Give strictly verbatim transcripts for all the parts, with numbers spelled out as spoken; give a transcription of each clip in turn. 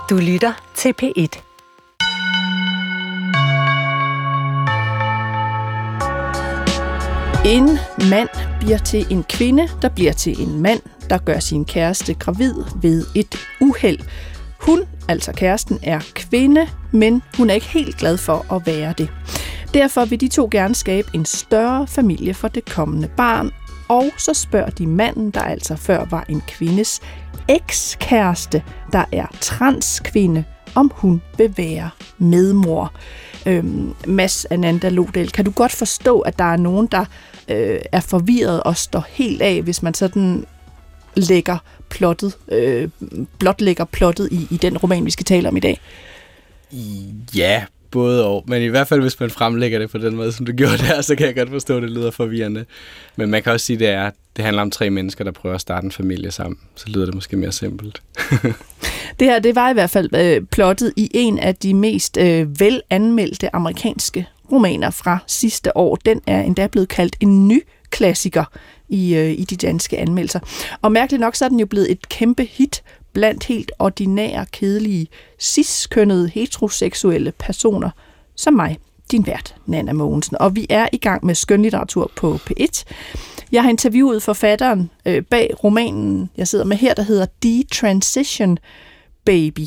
Du lytter til P et. En mand bliver til en kvinde, der bliver til en mand, der gør sin kæreste gravid ved et uheld. Hun, altså kæresten, er kvinde, men hun er ikke helt glad for at være det. Derfor vil de to gerne skabe en større familie for det kommende barn, og så spørger de manden, der altså før var en kvindes ekskæreste, der er transkvinde, om hun vil være medmor. Øhm, Mads Ananda Lodal, kan du godt forstå, at der er nogen, der øh, er forvirret og står helt af, hvis man sådan lægger plottet, øh, blotlægger plottet i, i den roman, vi skal tale om i dag? Ja, både og. Men i hvert fald, hvis man fremlægger det på den måde, som du gjorde der, så kan jeg godt forstå, at det lyder forvirrende. Men man kan også sige, at det, er, det handler om tre mennesker, der prøver at starte en familie sammen. Så lyder det måske mere simpelt. Det her, det var i hvert fald øh, plottet i en af de mest øh, velanmeldte amerikanske romaner fra sidste år. Den er endda blevet kaldt en ny klassiker i, øh, i de danske anmeldelser. Og mærkeligt nok, så er den jo blevet et kæmpe hit blandt helt ordinære, kedelige, cis-kønnede, heteroseksuelle personer som mig, din vært, Nanna Mogensen. Og vi er i gang med skønlitteratur på P et. Jeg har interviewet forfatteren øh, bag romanen, jeg sidder med her, der hedder De-Transition Baby.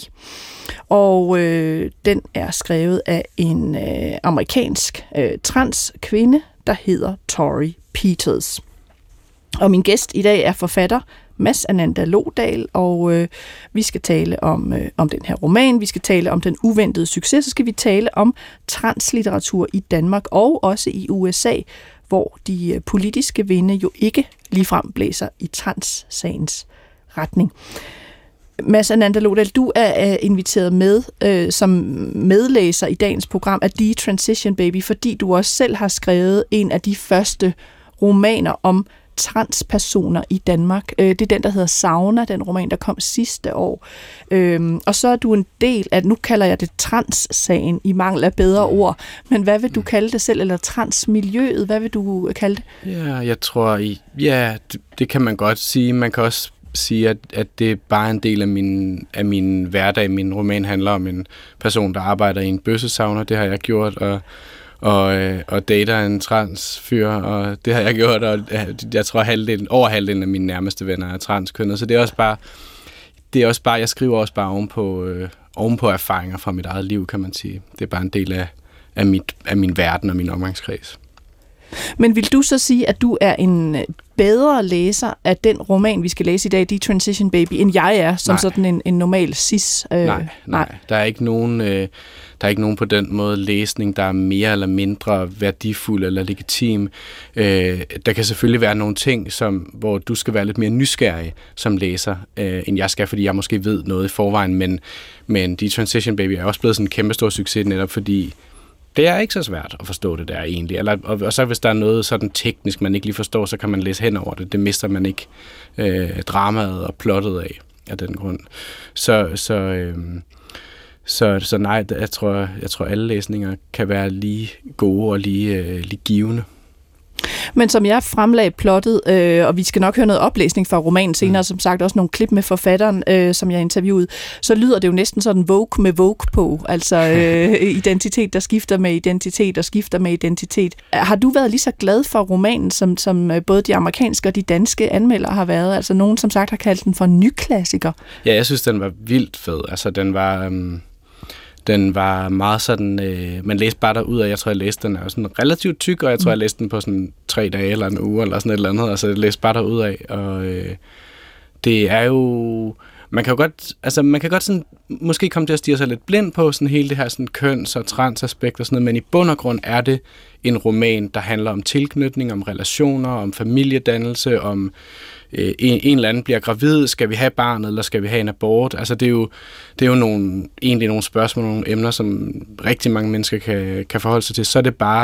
Og øh, den er skrevet af en øh, amerikansk øh, transkvinde, der hedder Tori Peters. Og min gæst i dag er forfatter Mads Ananda Lodal, og øh, vi skal tale om, øh, om den her roman, vi skal tale om den uventede succes, så skal vi tale om translitteratur i Danmark og også i U S A, hvor de øh, politiske vinde jo ikke ligefrem blæser i trans-sagens retning. Mads Ananda Lodal, du er inviteret med øh, som medlæser i dagens program af De-Transition Baby, fordi du også selv har skrevet en af de første romaner om transpersoner i Danmark. Det er den, der hedder Sauna, den roman, der kom sidste år. Øhm, og så er du en del af, nu kalder jeg det trans-sagen, i mangel af bedre ord, men hvad vil du kalde det selv, eller transmiljøet, hvad vil du kalde det? Ja, jeg tror, ja, det, det kan man godt sige. Man kan også sige, at, at det er bare en del af min, af min hverdag. Min roman handler om en person, der arbejder i en bøssesauna. Det har jeg gjort, og og, øh, og dater en transfyr, og det har jeg gjort, og jeg tror halvdelen, over halvdelen af mine nærmeste venner er transkønnede, så det er også bare, det er også bare, jeg skriver også bare ovenpå, øh, ovenpå erfaringer fra mit eget liv, kan man sige. Det er bare en del af, af, mit, af min verden og min omgangskreds. Men vil du så sige, at du er en bedre læser af den roman, vi skal læse i dag, De-Transition Baby, end jeg er, som nej. sådan en, en normal cis? Øh, nej, nej, nej. Der er ikke nogen, øh, der er ikke nogen på den måde læsning, der er mere eller mindre værdifuld eller legitim. Øh, der kan selvfølgelig være nogle ting, som, hvor du skal være lidt mere nysgerrig som læser, øh, end jeg skal, fordi jeg måske ved noget i forvejen, men, men De-Transition Baby er også blevet sådan en kæmpe stor succes, netop fordi det er ikke så svært at forstå det der egentlig. Eller, og, og så hvis der er noget sådan teknisk, man ikke lige forstår, så kan man læse hen over det. Det mister man ikke øh, dramaet og plottet af, af den grund. Så, så, øh, så, så nej, jeg tror, jeg tror alle læsninger kan være lige gode og lige, øh, lige givende. Men som jeg fremlagde plottet, øh, og vi skal nok høre noget oplæsning fra romanen senere, mm. som sagt også nogle klip med forfatteren, øh, som jeg interviewede, så lyder det jo næsten sådan Vogue med Vogue på, altså øh, identitet, der skifter med identitet og skifter med identitet. Har du været lige så glad for romanen, som, som både de amerikanske og de danske anmeldere har været? Altså nogen, som sagt, har kaldt den for en nyklassiker. Ja, jeg synes, den var vildt fed. Altså, den var... Um Den var meget sådan, øh, man læste bare derud, og jeg tror, jeg læste den er sådan relativt tyk, og jeg tror, jeg læste den på sådan tre dage eller en uge, eller sådan et eller andet, altså jeg læste bare derud af, og øh, det er jo, man kan jo godt, altså man kan godt sådan, måske komme til at stirre sig lidt blind på sådan hele det her sådan køns- og transaspekt og sådan noget, men i bund og grund er det en roman, der handler om tilknytning, om relationer, om familiedannelse, om En, en eller anden bliver gravid, skal vi have barnet, eller skal vi have en abort? Altså det er jo, det er jo nogle, egentlig nogle spørgsmål, nogle emner, som rigtig mange mennesker kan, kan forholde sig til. Så er det bare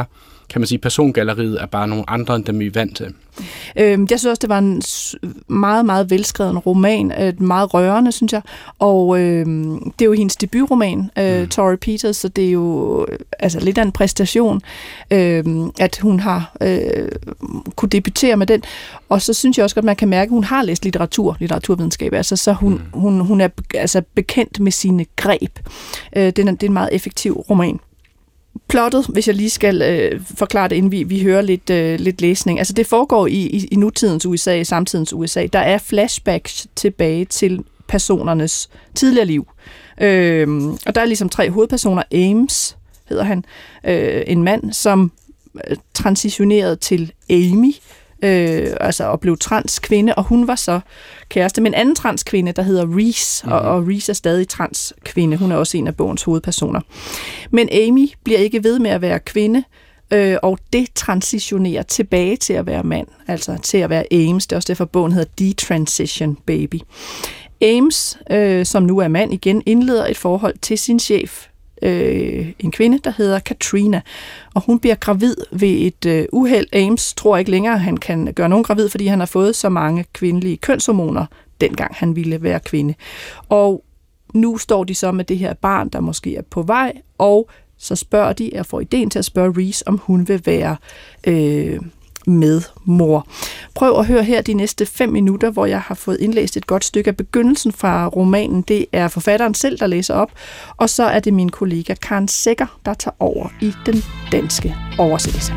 kan man sige, persongalleriet er bare nogle andre, end dem vi er vant til. Øhm, jeg synes også, det var en meget, meget velskreven roman, øh, meget rørende, synes jeg, og øh, det er jo hendes debutroman, øh, mm. Torrey Peters, så det er jo altså lidt af en præstation, øh, at hun har øh, kunne debutere med den, og så synes jeg også godt, man kan mærke, at hun har læst litteratur, litteraturvidenskab, altså så hun, mm. hun, hun er altså bekendt med sine greb. Øh, det, er, det er en meget effektiv roman. Plottet, hvis jeg lige skal øh, forklare det, inden vi, vi hører lidt, øh, lidt læsning. Altså det foregår i, i, i nutidens U S A, i samtidens U S A. Der er flashbacks tilbage til personernes tidligere liv. Øh, og der er ligesom tre hovedpersoner. Ames hedder han. Øh, en mand, som transitionerede til Amy, øh, altså og blev transkvinde, og hun var så kæreste med en anden transkvinde, der hedder Reese, mm-hmm. og, og Reese er stadig transkvinde. Hun er også en af bogens hovedpersoner. Men Amy bliver ikke ved med at være kvinde, øh, og det transitionerer tilbage til at være mand, altså til at være Ames. Det er også derfor, bogen hedder Detransition Baby. Ames, øh, som nu er mand igen, indleder et forhold til sin chef, Øh, en kvinde, der hedder Katrina, og hun bliver gravid ved et øh, uheld. Ames tror ikke længere, at han kan gøre nogen gravid, fordi han har fået så mange kvindelige kønshormoner, dengang han ville være kvinde. Og nu står de så med det her barn, der måske er på vej, og så spørger de, og får ideen til at spørge Reese, om hun vil være øh, med mor. Prøv at høre her de næste fem minutter, hvor jeg har fået indlæst et godt stykke af begyndelsen fra romanen. Det er forfatteren selv, der læser op, og så er det min kollega Karen Sækker, der tager over i den danske oversættelse.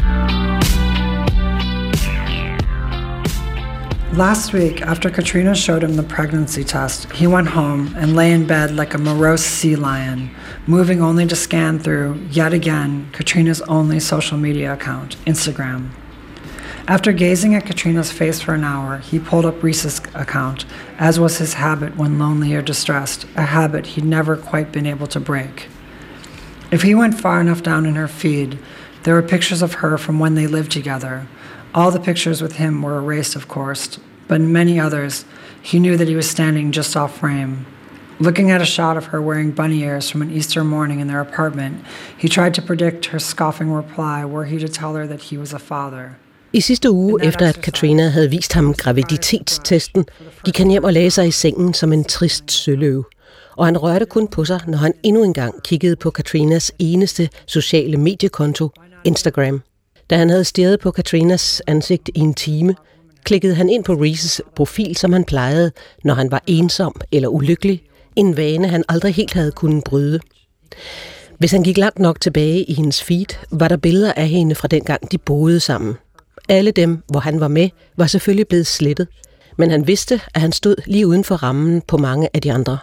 Last week, after Katrina showed him the pregnancy test, he went home and lay in bed like a morose sea lion, moving only to scan through, yet again, Katrina's only social media account, Instagram. After gazing at Katrina's face for an hour, he pulled up Reese's account, as was his habit when lonely or distressed, a habit he'd never quite been able to break. If he went far enough down in her feed, there were pictures of her from when they lived together. All the pictures with him were erased, of course, but in many others, he knew that he was standing just off frame. Looking at a shot of her wearing bunny ears from an Easter morning in their apartment, he tried to predict her scoffing reply were he to tell her that he was a father. I sidste uge, efter at Katrina havde vist ham graviditetstesten, gik han hjem og lagde sig i sengen som en trist søløve. Og han rørte kun på sig, når han endnu engang kiggede på Katrinas eneste sociale mediekonto, Instagram. Da han havde stirret på Katrinas ansigt i en time, klikkede han ind på Reeses profil, som han plejede, når han var ensom eller ulykkelig, en vane han aldrig helt havde kunnet bryde. Hvis han gik langt nok tilbage i hendes feed, var der billeder af hende fra dengang de boede sammen. Alle dem, hvor han var med, var selvfølgelig blevet slettet, men han vidste, at han stod lige uden for rammen på mange af de andre.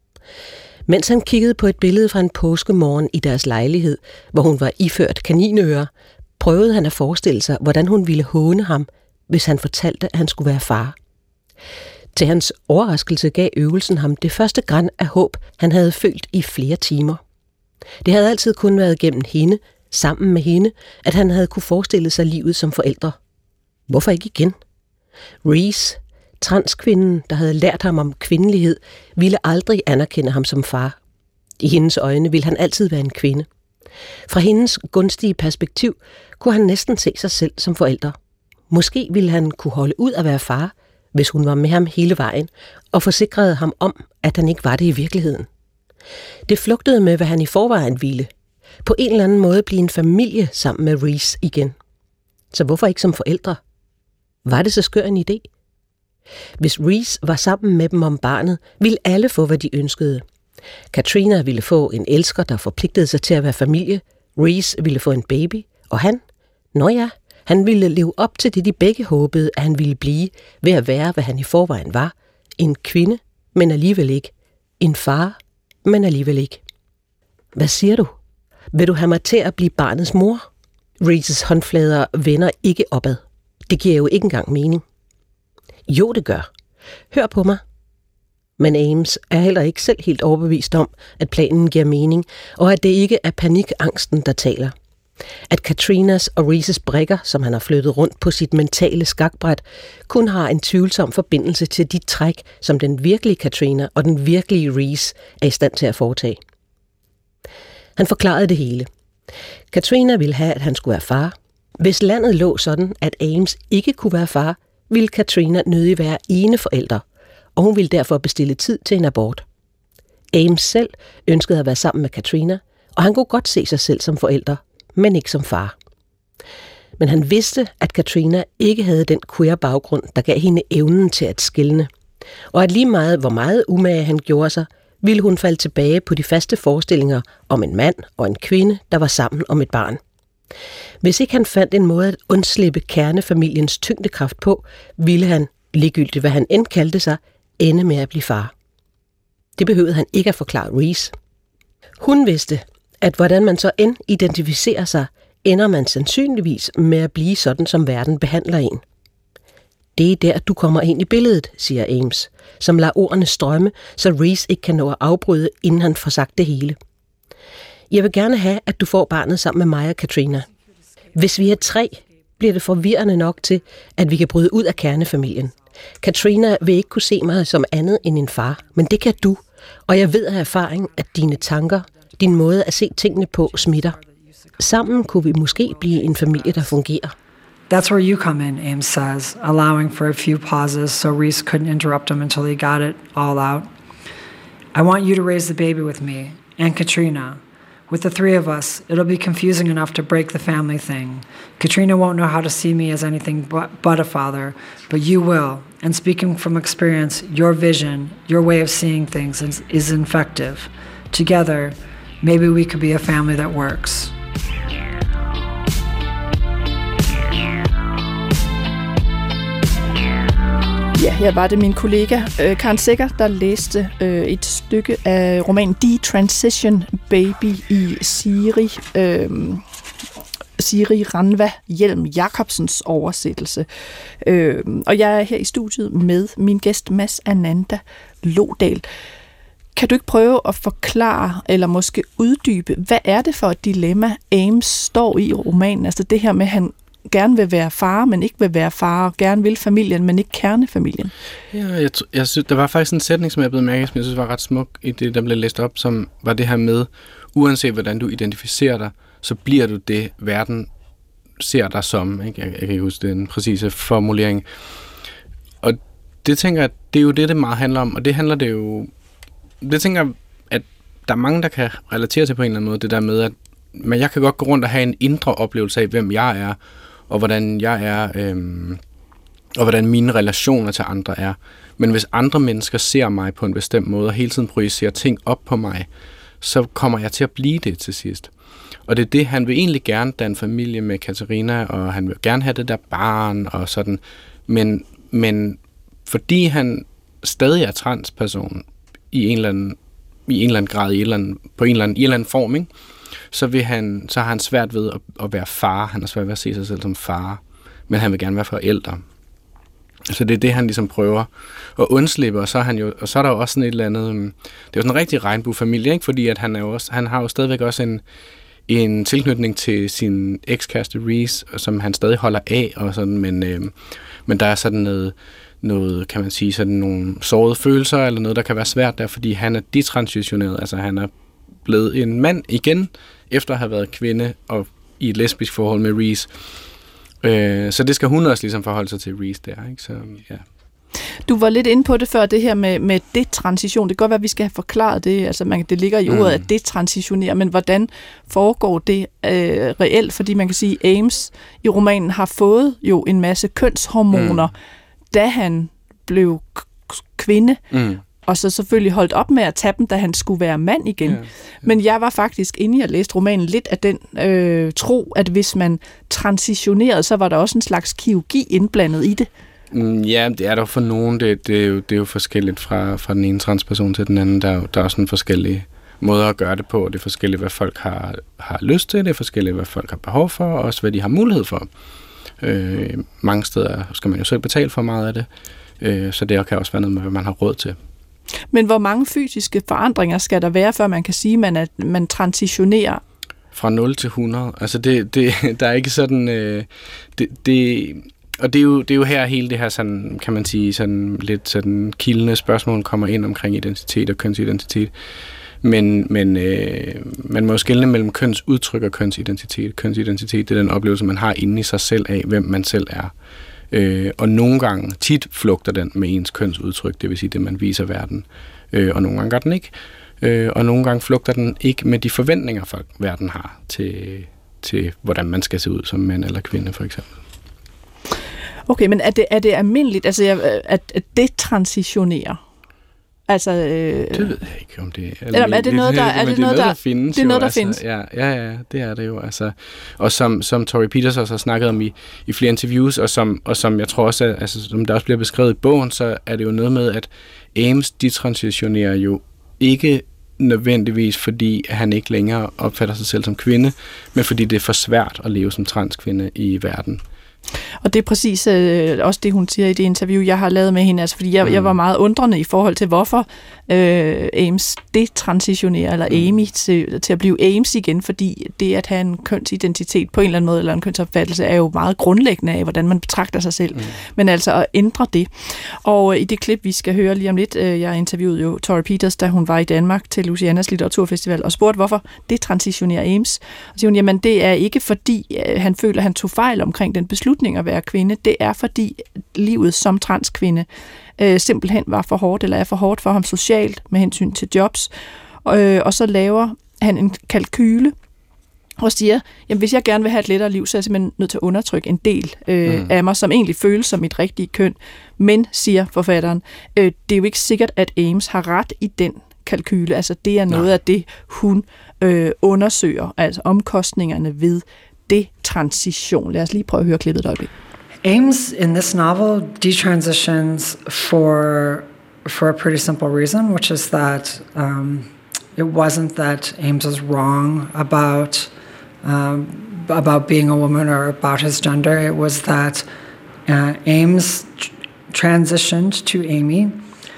Mens han kiggede på et billede fra en påskemorgen i deres lejlighed, hvor hun var iført kaninører, prøvede han at forestille sig, hvordan hun ville håne ham, hvis han fortalte, at han skulle være far. Til hans overraskelse gav øvelsen ham det første gran af håb, han havde følt i flere timer. Det havde altid kun været gennem hende, sammen med hende, at han havde kunne forestille sig livet som forældre. Hvorfor ikke igen? Reese, transkvinden, der havde lært ham om kvindelighed, ville aldrig anerkende ham som far. I hendes øjne ville han altid være en kvinde. Fra hendes gunstige perspektiv kunne han næsten se sig selv som forælder. Måske ville han kunne holde ud at være far, hvis hun var med ham hele vejen, og forsikrede ham om, at han ikke var det i virkeligheden. Det flugtede med, hvad han i forvejen ville. På en eller anden måde blive en familie sammen med Reese igen. Så hvorfor ikke som forældre? Var det så skør en idé? Hvis Reese var sammen med dem om barnet, ville alle få, hvad de ønskede. Katrina ville få en elsker, der forpligtede sig til at være familie. Reese ville få en baby. Og han? Nå ja, han ville leve op til det, de begge håbede, at han ville blive, ved at være, hvad han i forvejen var. En kvinde, men alligevel ikke. En far, men alligevel ikke. Hvad siger du? Vil du have mig til at blive barnets mor? Reeses håndflader vender ikke opad. Det giver jo ikke engang mening. Jo, det gør. Hør på mig. Men Ames er heller ikke selv helt overbevist om, at planen giver mening, og at det ikke er panikangsten, der taler. At Katrinas og Reeses brikker, som han har flyttet rundt på sit mentale skakbræt, kun har en tvivlsom forbindelse til de træk, som den virkelige Katrina og den virkelige Reese er i stand til at foretage. Han forklarede det hele. Katrina ville have, at han skulle være far. Hvis landet lå sådan, at Ames ikke kunne være far, ville Katrina nødig være ene forælder, og hun ville derfor bestille tid til en abort. Ames selv ønskede at være sammen med Katrina, og han kunne godt se sig selv som forælder, men ikke som far. Men han vidste, at Katrina ikke havde den queer baggrund, der gav hende evnen til at skelne, og at lige meget, hvor meget umage han gjorde sig, ville hun falde tilbage på de faste forestillinger om en mand og en kvinde, der var sammen om et barn. Hvis ikke han fandt en måde at undslippe kernefamiliens tyngdekraft på, ville han, ligegyldigt hvad han end kaldte sig, ende med at blive far. Det behøvede han ikke at forklare Reese. Hun vidste, at hvordan man så end identificerer sig, ender man sandsynligvis med at blive sådan, som verden behandler en. Det er der, du kommer ind i billedet, siger Ames, som lader ordene strømme, så Reese ikke kan nå at afbryde, inden han får sagt det hele. Jeg vil gerne have, at du får barnet sammen med mig og Katrina. Hvis vi er tre, bliver det forvirrende nok til, at vi kan bryde ud af kernefamilien. Katrina vil ikke kunne se mig som andet end en far, men det kan du, og jeg ved af erfaring, at dine tanker, din måde at se tingene på, smitter. Sammen kunne vi måske blive en familie, der fungerer. That's where you come in, Ames says, allowing for a few pauses so Reese couldn't interrupt him until he got it all out. I want you to raise the baby with me, and Katrina. With the three of us, it'll be confusing enough to break the family thing. Katrina won't know how to see me as anything but, but a father, but you will. And speaking from experience, your vision, your way of seeing things is, is effective. Together, maybe we could be a family that works. Ja, her var det min kollega øh, Karen Secher, der læste øh, et stykke af romanen De-Transition Baby i Siri, øh, Siri Ranva Hjelm Jacobsens oversættelse. Øh, og jeg er her i studiet med min gæst Mads Ananda Lodal. Kan du ikke prøve at forklare, eller måske uddybe, hvad er det for et dilemma, Ames står i romanen? Altså det her med, at han gerne vil være far, men ikke vil være far, og gerne vil familien, men ikke kernefamilien. Ja, jeg, jeg synes, der var faktisk en sætning, som jeg blev mærket, som jeg synes var ret smuk i det, der blev læst op, som var det her med, uanset hvordan du identificerer dig, så bliver du det, verden ser dig som. Ikke? Jeg, jeg kan ikke huske den præcise formulering. Og det tænker jeg, det er jo det, det meget handler om, og det handler det jo, det tænker jeg, at der er mange, der kan relatere til på en eller anden måde, det der med, at men jeg kan godt gå rundt og have en indre oplevelse af, hvem jeg er, og hvordan jeg er, øhm, og hvordan mine relationer til andre er. Men hvis andre mennesker ser mig på en bestemt måde, og hele tiden projicerer ting op på mig, så kommer jeg til at blive det til sidst. Og det er det, han vil egentlig gerne danne familie med Katarina, og han vil gerne have det der barn, og sådan. Men, men fordi han stadig er transperson, i en eller anden, i en eller anden grad, i en eller anden, på en eller anden, i en eller anden form, ikke? Så, vil han, så har han svært ved at, at være far. Han har svært ved at se sig selv som far. Men han vil gerne være forældre. Så det er det, han ligesom prøver at undslippe. Og så er, han jo, og så er der jo også sådan et eller andet... Det er jo sådan en rigtig regnbuefamilie, ikke? Fordi at han, er jo også, han har jo stadigvæk også en, en tilknytning til sin ekskæreste Reese, som han stadig holder af. Og sådan, men, øh, men der er sådan noget, noget, kan man sige, sådan nogle sårede følelser, eller noget, der kan være svært der, fordi han er detransitioneret. Altså han er blevet en mand igen, efter at have været kvinde og i et lesbisk forhold med Reese. Øh, så det skal hun også ligesom forholde sig til Reese der, ikke? Så, ja. Du var lidt inde på det før, det her med, med detransition. Det kan godt være, at vi skal have forklaret det. Altså, man, det ligger i ordet at detransitionere, men hvordan foregår det øh, reelt? Fordi man kan sige, at Ames i romanen har fået jo en masse kønshormoner, mm. da han blev k- kvinde, mm. og så selvfølgelig holdt op med at tage dem, da han skulle være mand igen. Ja, ja. Men jeg var faktisk, inden jeg læste romanen, lidt af den øh, tro, at hvis man transitionerede, så var der også en slags kirurgi indblandet i det. Ja, det er der for nogen. Det, det, er, jo, det er jo forskelligt fra, fra den ene transperson til den anden. Der er, der er også en forskellige måder at gøre det på. Det er forskelligt, hvad folk har, har lyst til. Det er forskelligt, hvad folk har behov for, og også hvad de har mulighed for. Øh, mange steder skal man jo selv betale for meget af det. Øh, så det kan også være noget med, hvad man har råd til. Men hvor mange fysiske forandringer skal der være, før man kan sige, at man, er, man transitionerer? Fra nul til hundrede. Altså, det, det, der er ikke sådan... Øh, det, det, og det er, jo, det er jo her hele det her, sådan, kan man sige, sådan lidt sådan kildende spørgsmål kommer ind omkring identitet og kønsidentitet. Men, men øh, man må jo skelne mellem kønsudtryk og kønsidentitet. Kønsidentitet, det er den oplevelse, man har inde i sig selv af, hvem man selv er. Øh, og nogle gange, tit flugter den med ens kønsudtryk, det vil sige det, man viser verden. Øh, og nogle gange gør den ikke. Øh, og nogle gange flugter den ikke med de forventninger, folk verden har til, til, hvordan man skal se ud som mand eller kvinde, for eksempel. Okay, men er det, er det almindeligt, altså, at, at det transitionerer? Altså, øh, det ved jeg ikke, om det er eller er det noget, der, er det det noget, der, der findes. Det er noget, der altså, findes. Ja, ja, ja, det er det jo. Altså. Og som, som Torrey Peters også har snakket om i, i flere interviews, og som, og som jeg tror også, at, altså, som der også bliver beskrevet i bogen, så er det jo noget med, at Ames, de transitionerer jo ikke nødvendigvis, fordi han ikke længere opfatter sig selv som kvinde, men fordi det er for svært at leve som transkvinde i verden. Og det er præcis øh, også det, hun siger i det interview, jeg har lavet med hende, altså, fordi jeg, mm. jeg var meget undrende i forhold til, hvorfor øh, Ames detransitionerer, eller mm. Amy til, til at blive Ames igen, fordi det at have en kønsidentitet på en eller anden måde, eller en kønsopfattelse, er jo meget grundlæggende af, hvordan man betragter sig selv. Mm. Men altså at ændre det. Og øh, i det klip, vi skal høre lige om lidt, øh, jeg interviewede jo Torrey Peters, da hun var i Danmark til Louisianas Litteraturfestival, og spurgte, hvorfor detransitionerer Ames. Og så siger hun, jamen det er ikke fordi, øh, han føler, at han tog fejl omkring den beslutning at være kvinde, det er fordi livet som transkvinde øh, simpelthen var for hårdt, eller er for hårdt for ham socialt med hensyn til jobs. Øh, og så laver han en kalkyle og siger, jamen hvis jeg gerne vil have et lettere liv, så er jeg simpelthen nødt til at undertrykke en del øh, mm. af mig, som egentlig føles som mit rigtige køn. Men, siger forfatteren, øh, det er jo ikke sikkert, at Ames har ret i den kalkyle. Altså det er noget Nej. af det, hun øh, undersøger, altså omkostningerne ved detransition. Lad os lige prøve at høre klippet et øjeblik. Ames in this novel detransitions for for a pretty simple reason, which is that um, it wasn't that Ames was wrong about um, about being a woman or about his gender. It was that uh, Ames tr- transitioned to Amy,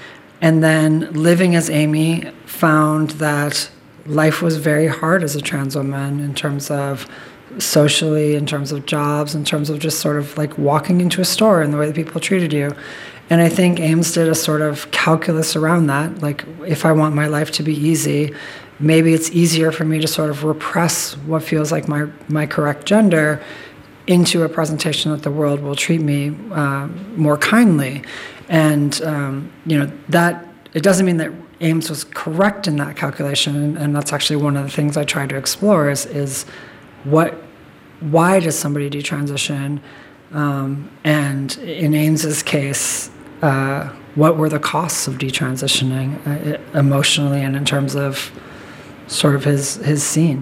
and then living as Amy found that life was very hard as a trans woman in terms of socially, in terms of jobs, in terms of just sort of like walking into a store and the way that people treated you. And I think Ames did a sort of calculus around that. Like, if I want my life to be easy, maybe it's easier for me to sort of repress what feels like my, my correct gender into a presentation that the world will treat me uh, more kindly. And, um, you know, that, it doesn't mean that Ames was correct in that calculation. And, and that's actually one of the things I try to explore is, is what, why does somebody detransition? Um, and in Ames's case, uh, what were the costs of detransitioning uh, emotionally and in terms of sort of his, his scene?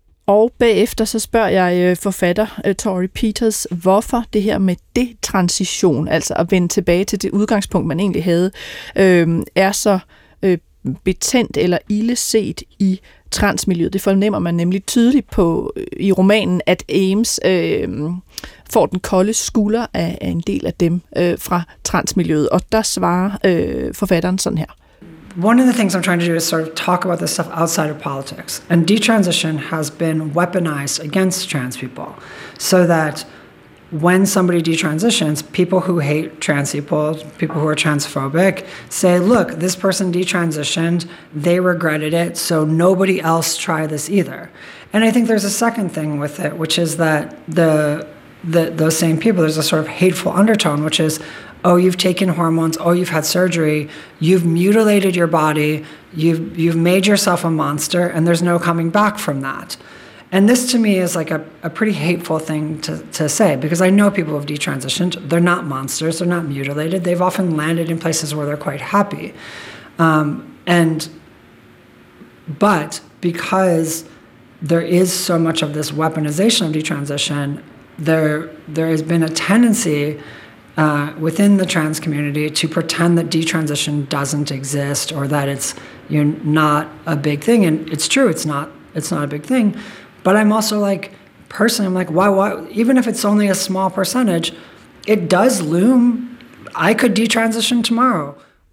Og bagefter så spørger jeg forfatter Torrey Peters, hvorfor det her med detransition, altså at vende tilbage til det udgangspunkt, man egentlig havde, øh, er så øh, betændt eller illeset i transmiljøet. Det fornemmer man nemlig tydeligt på i romanen, at Ames øh, får den kolde skulder af, af en del af dem øh, fra transmiljøet. Og der svarer øh, forfatteren sådan her. One of the things I'm trying to do is sort of talk about this stuff outside of politics. And detransition has been weaponized against trans people so that when somebody detransitions, people who hate trans people, people who are transphobic, say, look, this person detransitioned, they regretted it, so nobody else try this either. And I think there's a second thing with it, which is that the, the those same people, there's a sort of hateful undertone, which is, oh, you've taken hormones, oh, you've had surgery, you've mutilated your body, you've you've made yourself a monster, and there's no coming back from that. And this to me is like a, a pretty hateful thing to, to say, because I know people who have detransitioned. They're not monsters, they're not mutilated. They've often landed in places where they're quite happy. Um, and, but because there is so much of this weaponization of detransition, there, there has been a tendency uh, within the trans community to pretend that detransition doesn't exist or that it's, you know, not a big thing. And it's true, it's not, it's not a big thing. But I'm also like, personally, I'm like, why, why, even if it's only a small percentage, it does loom. I could detransition tomorrow.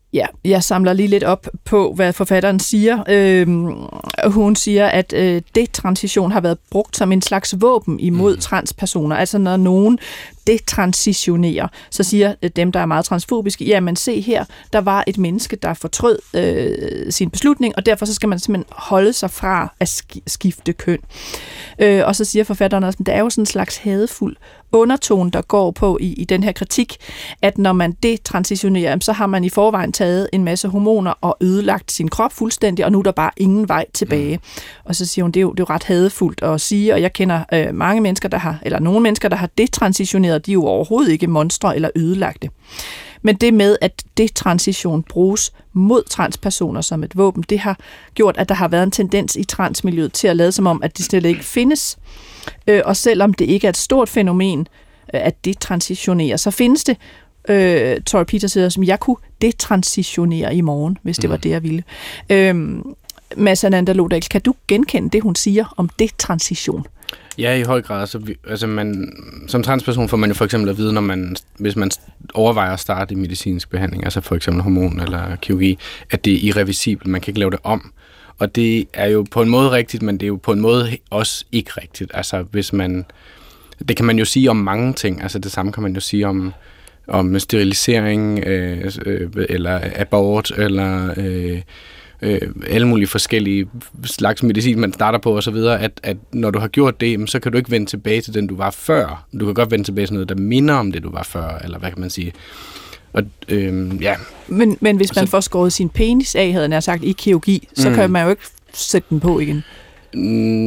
Ja, jeg samler lige lidt op på, hvad forfatteren siger. Øh, hun siger, at øh, detransition har været brugt som en slags våben imod mm. transpersoner. Altså når nogen detransitionerer, så siger dem, der er meget transfobiske, jamen se her, der var et menneske, der fortrød øh, sin beslutning, og derfor så skal man simpelthen holde sig fra at skifte køn. Øh, og så siger forfatteren også, at der er jo sådan en slags hadefuld undertone, der går på i, i den her kritik, at når man detransitionerer, så har man i forvejen taget en masse hormoner og ødelagt sin krop fuldstændig, og nu er der bare ingen vej tilbage. Mm. Og så siger hun, det er jo, det er jo ret hadefuldt at sige, og jeg kender øh, mange mennesker, der har, eller nogle mennesker, der har detransitioneret, de er jo overhovedet ikke monstre eller ødelagte. Men det med, at detransition bruges mod transpersoner som et våben, det har gjort, at der har været en tendens i transmiljøet til at lade som om, at det slet ikke findes. Og selvom det ikke er et stort fænomen, at detransitionere, så findes det. Øh, Tori Peters siger, som jeg kunne detransitionere i morgen, hvis det mm. var det, jeg ville. Øh, Mads Ananda Lodal, kan du genkende det, hun siger om detransition? Ja, i høj grad. Altså, vi, altså man, som transperson får man jo for eksempel at vide, når man, hvis man overvejer at starte i medicinsk behandling, altså for eksempel hormon eller kirurgi, at det er irreversibelt, man kan ikke lave det om. Og det er jo på en måde rigtigt, men det er jo på en måde også ikke rigtigt. Altså hvis man, det kan man jo sige om mange ting, altså det samme kan man jo sige om, om sterilisering, øh, øh, eller abort, eller øh, øh, alle mulige forskellige slags medicin, man starter på osv., at, at når du har gjort det, så kan du ikke vende tilbage til den, du var før. Du kan godt vende tilbage til noget, der minder om det, du var før, eller hvad kan man sige. Og, øh, ja. men, men hvis man så får skåret sin penis af, havde jeg sagt, i kirurgi, så mm. kan man jo ikke sætte den på igen. Mm,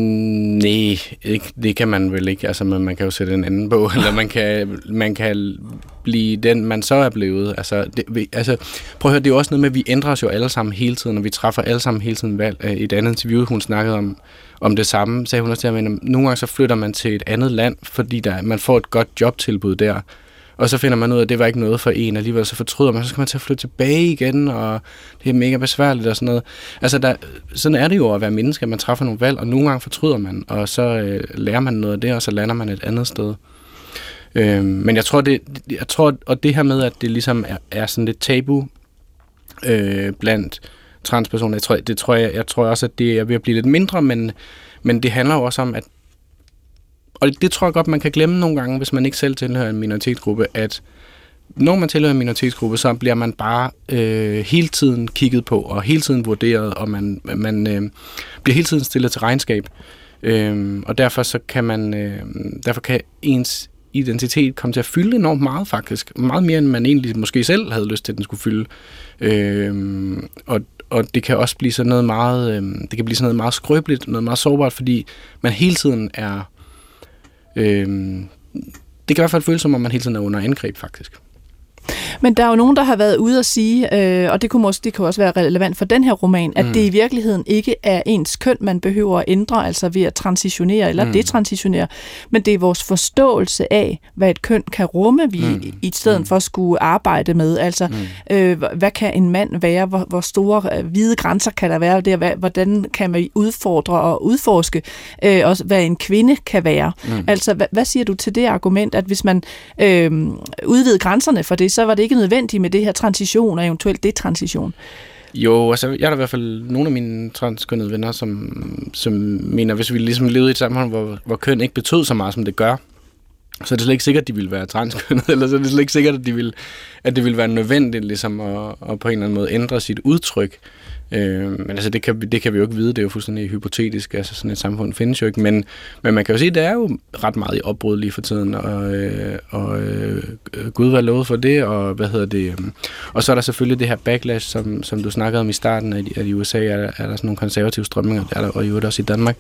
nej, ikke, det kan man vel ikke. Altså, man, man kan jo sætte en anden på, eller man kan, man kan blive den, man så er blevet. Altså, det, altså, prøv at høre, det er jo også noget med, at vi ændrer os jo alle sammen hele tiden, og vi træffer alle sammen hele tiden valg. I et andet interview, hun snakkede om, om det samme, sagde hun også til, at nogle gange så flytter man til et andet land, fordi der, man får et godt jobtilbud der. Og så finder man ud af, at det var ikke noget for en, alligevel så fortryder man, så skal man til at flytte tilbage igen, og det er mega besværligt og sådan noget. Altså, der, sådan er det jo at være menneske, at man træffer nogle valg, og nogle gange fortryder man, og så øh, lærer man noget af det, og så lander man et andet sted. Øh, men jeg tror, det, jeg tror, og det her med, at det ligesom er, er sådan lidt tabu øh, blandt transpersoner, jeg tror, det tror jeg, jeg tror også, at det er ved at blive lidt mindre, men, men det handler jo også om, at og det tror jeg godt, man kan glemme nogle gange, hvis man ikke selv tilhører en minoritetsgruppe, at når man tilhører en minoritetsgruppe, så bliver man bare øh, hele tiden kigget på, og hele tiden vurderet, og man, man øh, bliver hele tiden stillet til regnskab. Øh, og derfor så kan man, øh, derfor kan ens identitet komme til at fylde enormt meget faktisk. Meget mere, end man egentlig måske selv havde lyst til, at den skulle fylde. Øh, og Og det kan også blive sådan noget meget, øh, det kan blive sådan noget meget skrøbeligt, noget meget sårbart, fordi man hele tiden er Øhm, det kan i hvert fald føles som om man hele tiden er under angreb faktisk. Men der er jo nogen, der har været ude at sige, øh, og det kunne, måske, det kunne også være relevant for den her roman, at mm. det i virkeligheden ikke er ens køn, man behøver at ændre, altså ved at transitionere eller mm. detransitionere, men det er vores forståelse af, hvad et køn kan rumme, vi mm. i stedet mm. for at skulle arbejde med. Altså, mm. øh, hvad kan en mand være? Hvor, hvor store øh, hvide grænser kan der være? Der, hvordan kan man udfordre og udforske øh, også, hvad en kvinde kan være? Mm. Altså, hvad, hvad siger du til det argument, at hvis man øh, udvider grænserne for det, så var det ikke nødvendigt med det her transition og eventuelt detransition? Jo, altså jeg er der i hvert fald nogle af mine transkønnede venner, som, som mener, hvis vi ligesom levede i et samfund, hvor, hvor køn ikke betød så meget, som det gør, så er det slet ikke sikkert, at de ville være transkønnede, eller så er det slet ikke sikkert, at, de ville, at det ville være nødvendigt ligesom at, at på en eller anden måde ændre sit udtryk. Øh, men altså det kan, det kan vi jo ikke vide, det er jo fuldstændig hypotetisk, altså sådan et samfund findes jo ikke, men, men man kan jo sige, at det er jo ret meget i opbrud lige for tiden, og, øh, og øh, Gud var lovet for det, og hvad hedder det, øh, og så er der selvfølgelig det her backlash, som, som du snakkede om i starten, at, at i U S A er der, er der sådan nogle konservative strømninger, er der, og i øvrigt også i Danmark.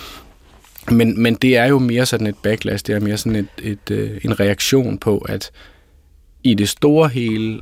Men, men det er jo mere sådan et backlash, det er mere sådan et, et, et, en reaktion på, at i det store hele,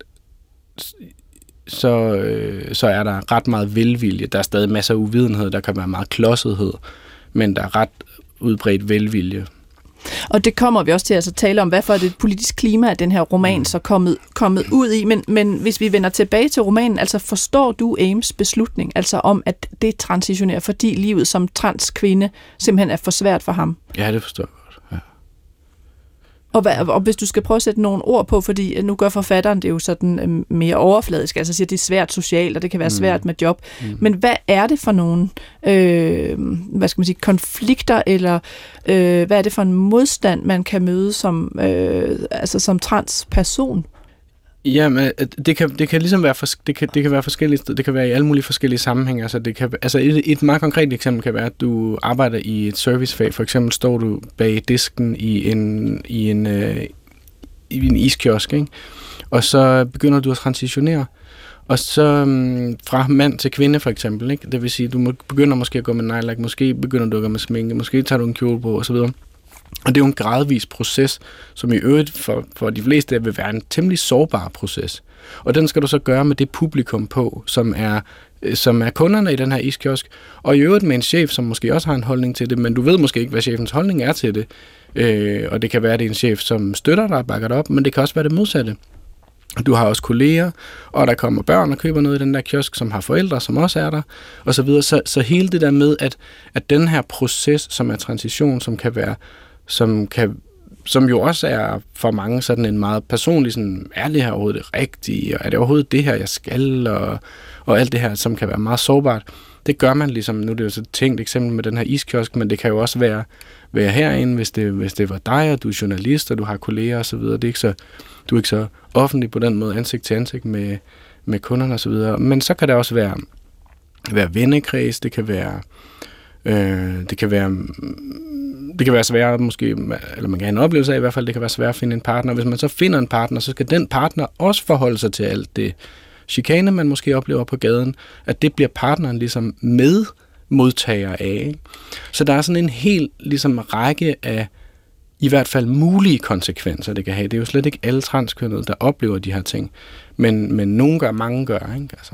så, øh, så er der ret meget velvilje. Der er stadig masser af uvidenhed, der kan være meget klodsethed, men der er ret udbredt velvilje. Og det kommer vi også til at tale om, hvad for det politisk klima af den her roman så kommet, kommet ud i. Men, men hvis vi vender tilbage til romanen, altså forstår du Ames beslutning, altså om, at det transitionerer, fordi livet som transkvinde simpelthen er for svært for ham? Ja, det forstår jeg godt. Ja. Og, hvad, og hvis du skal prøve at sætte nogle ord på, fordi nu gør forfatteren det jo sådan mere overfladisk, altså siger, at det er svært socialt, og det kan være svært med job. Mm. Men hvad er det for nogle øh, hvad skal man sige, konflikter, eller øh, hvad er det for en modstand, man kan møde som, øh, altså som transperson? Jamen, det kan, det kan ligesom være, fors- det kan, det kan være forskellige, det kan være i alle mulige forskellige sammenhænge. Altså, det kan, altså et, et meget konkret eksempel kan være, at du arbejder i et servicefag. For eksempel står du bag disken i en, i en, øh, i en iskiosk, ikke? Og så begynder du at transitionere. Og så um, fra mand til kvinde, for eksempel, ikke? Det vil sige, du må, begynder måske at gå med nejlak, måske begynder du at gå med sminke, måske tager du en kjole på, osv. Og det er jo en gradvis proces, som i øvrigt for, for de fleste vil være en temmelig sårbar proces. Og den skal du så gøre med det publikum på, som er, som er kunderne i den her iskiosk. Og i øvrigt med en chef, som måske også har en holdning til det, men du ved måske ikke, hvad chefens holdning er til det. Øh, og det kan være, at det er en chef, som støtter dig og bakker dig op, men det kan også være det modsatte. Du har også kolleger, og der kommer børn og køber noget i den der kiosk, som har forældre, som også er der, og så videre. Så, så hele det der med, at, at den her proces, som er transition, som kan være, som kan, som jo også er for mange sådan en meget personlig, sådan, er det her overhovedet det rigtige, og er det overhovedet det her, jeg skal, og, og alt det her, som kan være meget sårbart, det gør man ligesom, nu er det jo så et tænkt eksempel med den her iskiosk, men det kan jo også være, være herinde, hvis det, hvis det var dig, og du er journalist, og du har kolleger og så videre. Det er ikke så, du er ikke så offentlig på den måde, ansigt til ansigt med, med kunderne og så videre. Men så kan det også være, være vennekreds, det kan være, øh, det kan være, det kan være svært måske, eller man kan have en oplevelse af i hvert fald, det kan være svært at finde en partner. Hvis man så finder en partner, så skal den partner også forholde sig til alt det chikane, man måske oplever på gaden, at det bliver partneren ligesom med modtager af. Ikke? Så der er sådan en hel ligesom, række af i hvert fald mulige konsekvenser, det kan have. Det er jo slet ikke alle transkønnede, der oplever de her ting. Men, men nogen gør, mange gør. Ikke? Altså.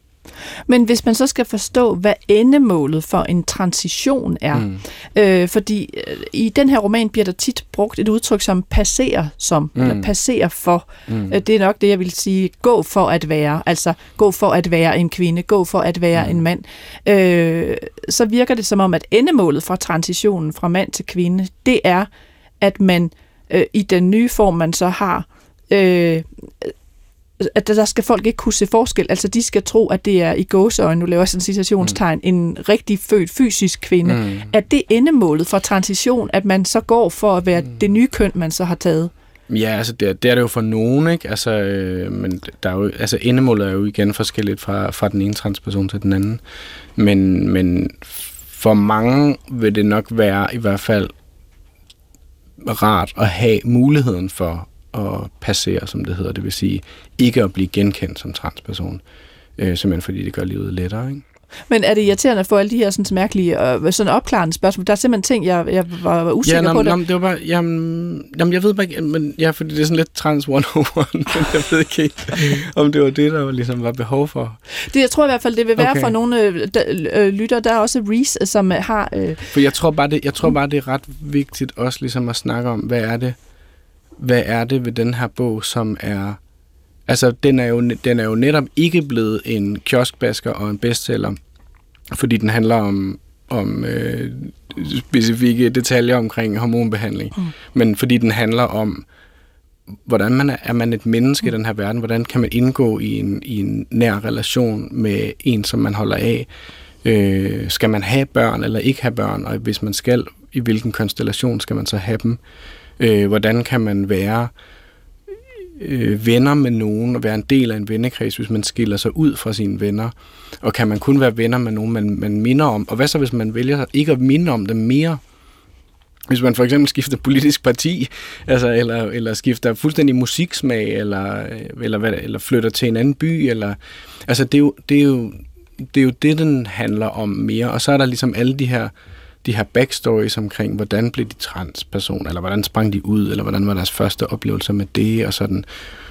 Men hvis man så skal forstå, hvad endemålet for en transition er, mm. øh, fordi øh, i den her roman bliver der tit brugt et udtryk som passer som, mm. eller passer for. Mm. Øh, det er nok det, jeg vil sige, gå for at være, altså gå for at være en kvinde, gå for at være mm. en mand. Øh, så virker det som om, at endemålet for transitionen fra mand til kvinde, det er, at man øh, i den nye form, man så har, øh, at der skal folk ikke kunne se forskel. Altså, de skal tro, at det er i gåseøjne, nu laver jeg sådan en citationstegn, mm. en rigtig født fysisk kvinde. Mm. At det endemålet for transition, at man så går for at være mm. det nye køn, man så har taget. Ja, altså det, det er det jo for nogen, ikke? Altså, øh, men der er jo, altså endemålet er jo igen forskelligt fra, fra den ene transperson til den anden. Men, men for mange vil det nok være i hvert fald rart at have muligheden for at passere, som det hedder, det vil sige ikke at blive genkendt som transperson, øh, simpelthen fordi det gør livet lettere, ikke? Men er det irriterende at få alle de her sådan mærkelige, øh, sådan opklarende spørgsmål? Der er simpelthen ting, jeg, jeg var, var usikker ja, nam, på det. Nam, det var bare, jamen, jamen, jeg ved bare ikke, men ja, fordi det er sådan lidt trans one oh one, men jeg ved ikke helt, om det var det, der ligesom var behov for. Det, jeg tror i hvert fald, det vil være okay. For nogle øh, der, øh, lytter. Der er også Reese, som har... Øh, For jeg tror bare, det, jeg tror bare, det er ret vigtigt også ligesom at snakke om, hvad er det, hvad er det ved den her bog, som er... Altså, den er jo, den er jo netop ikke blevet en kioskbasker og en bestseller, fordi den handler om, om øh, specifikke detaljer omkring hormonbehandling, mm. men fordi den handler om, hvordan man er, er man et menneske mm. i den her verden, hvordan kan man indgå i en, i en nær relation med en, som man holder af. Øh, skal man have børn eller ikke have børn, og hvis man skal, i hvilken konstellation skal man så have dem? Øh, hvordan kan man være øh, venner med nogen og være en del af en vennekreds, hvis man skiller sig ud fra sine venner? Og kan man kun være venner med nogen, man, man minder om? Og hvad så, hvis man vælger ikke at minde om dem mere? Hvis man for eksempel skifter politisk parti, altså, eller, eller skifter fuldstændig musiksmag, eller, eller, hvad, eller flytter til en anden by, eller, altså det er, jo, det, er jo, det er jo det, den handler om mere. Og så er der ligesom alle de her de her backstories omkring, hvordan blev de transpersoner, eller hvordan sprang de ud, eller hvordan var deres første oplevelser med det, og sådan.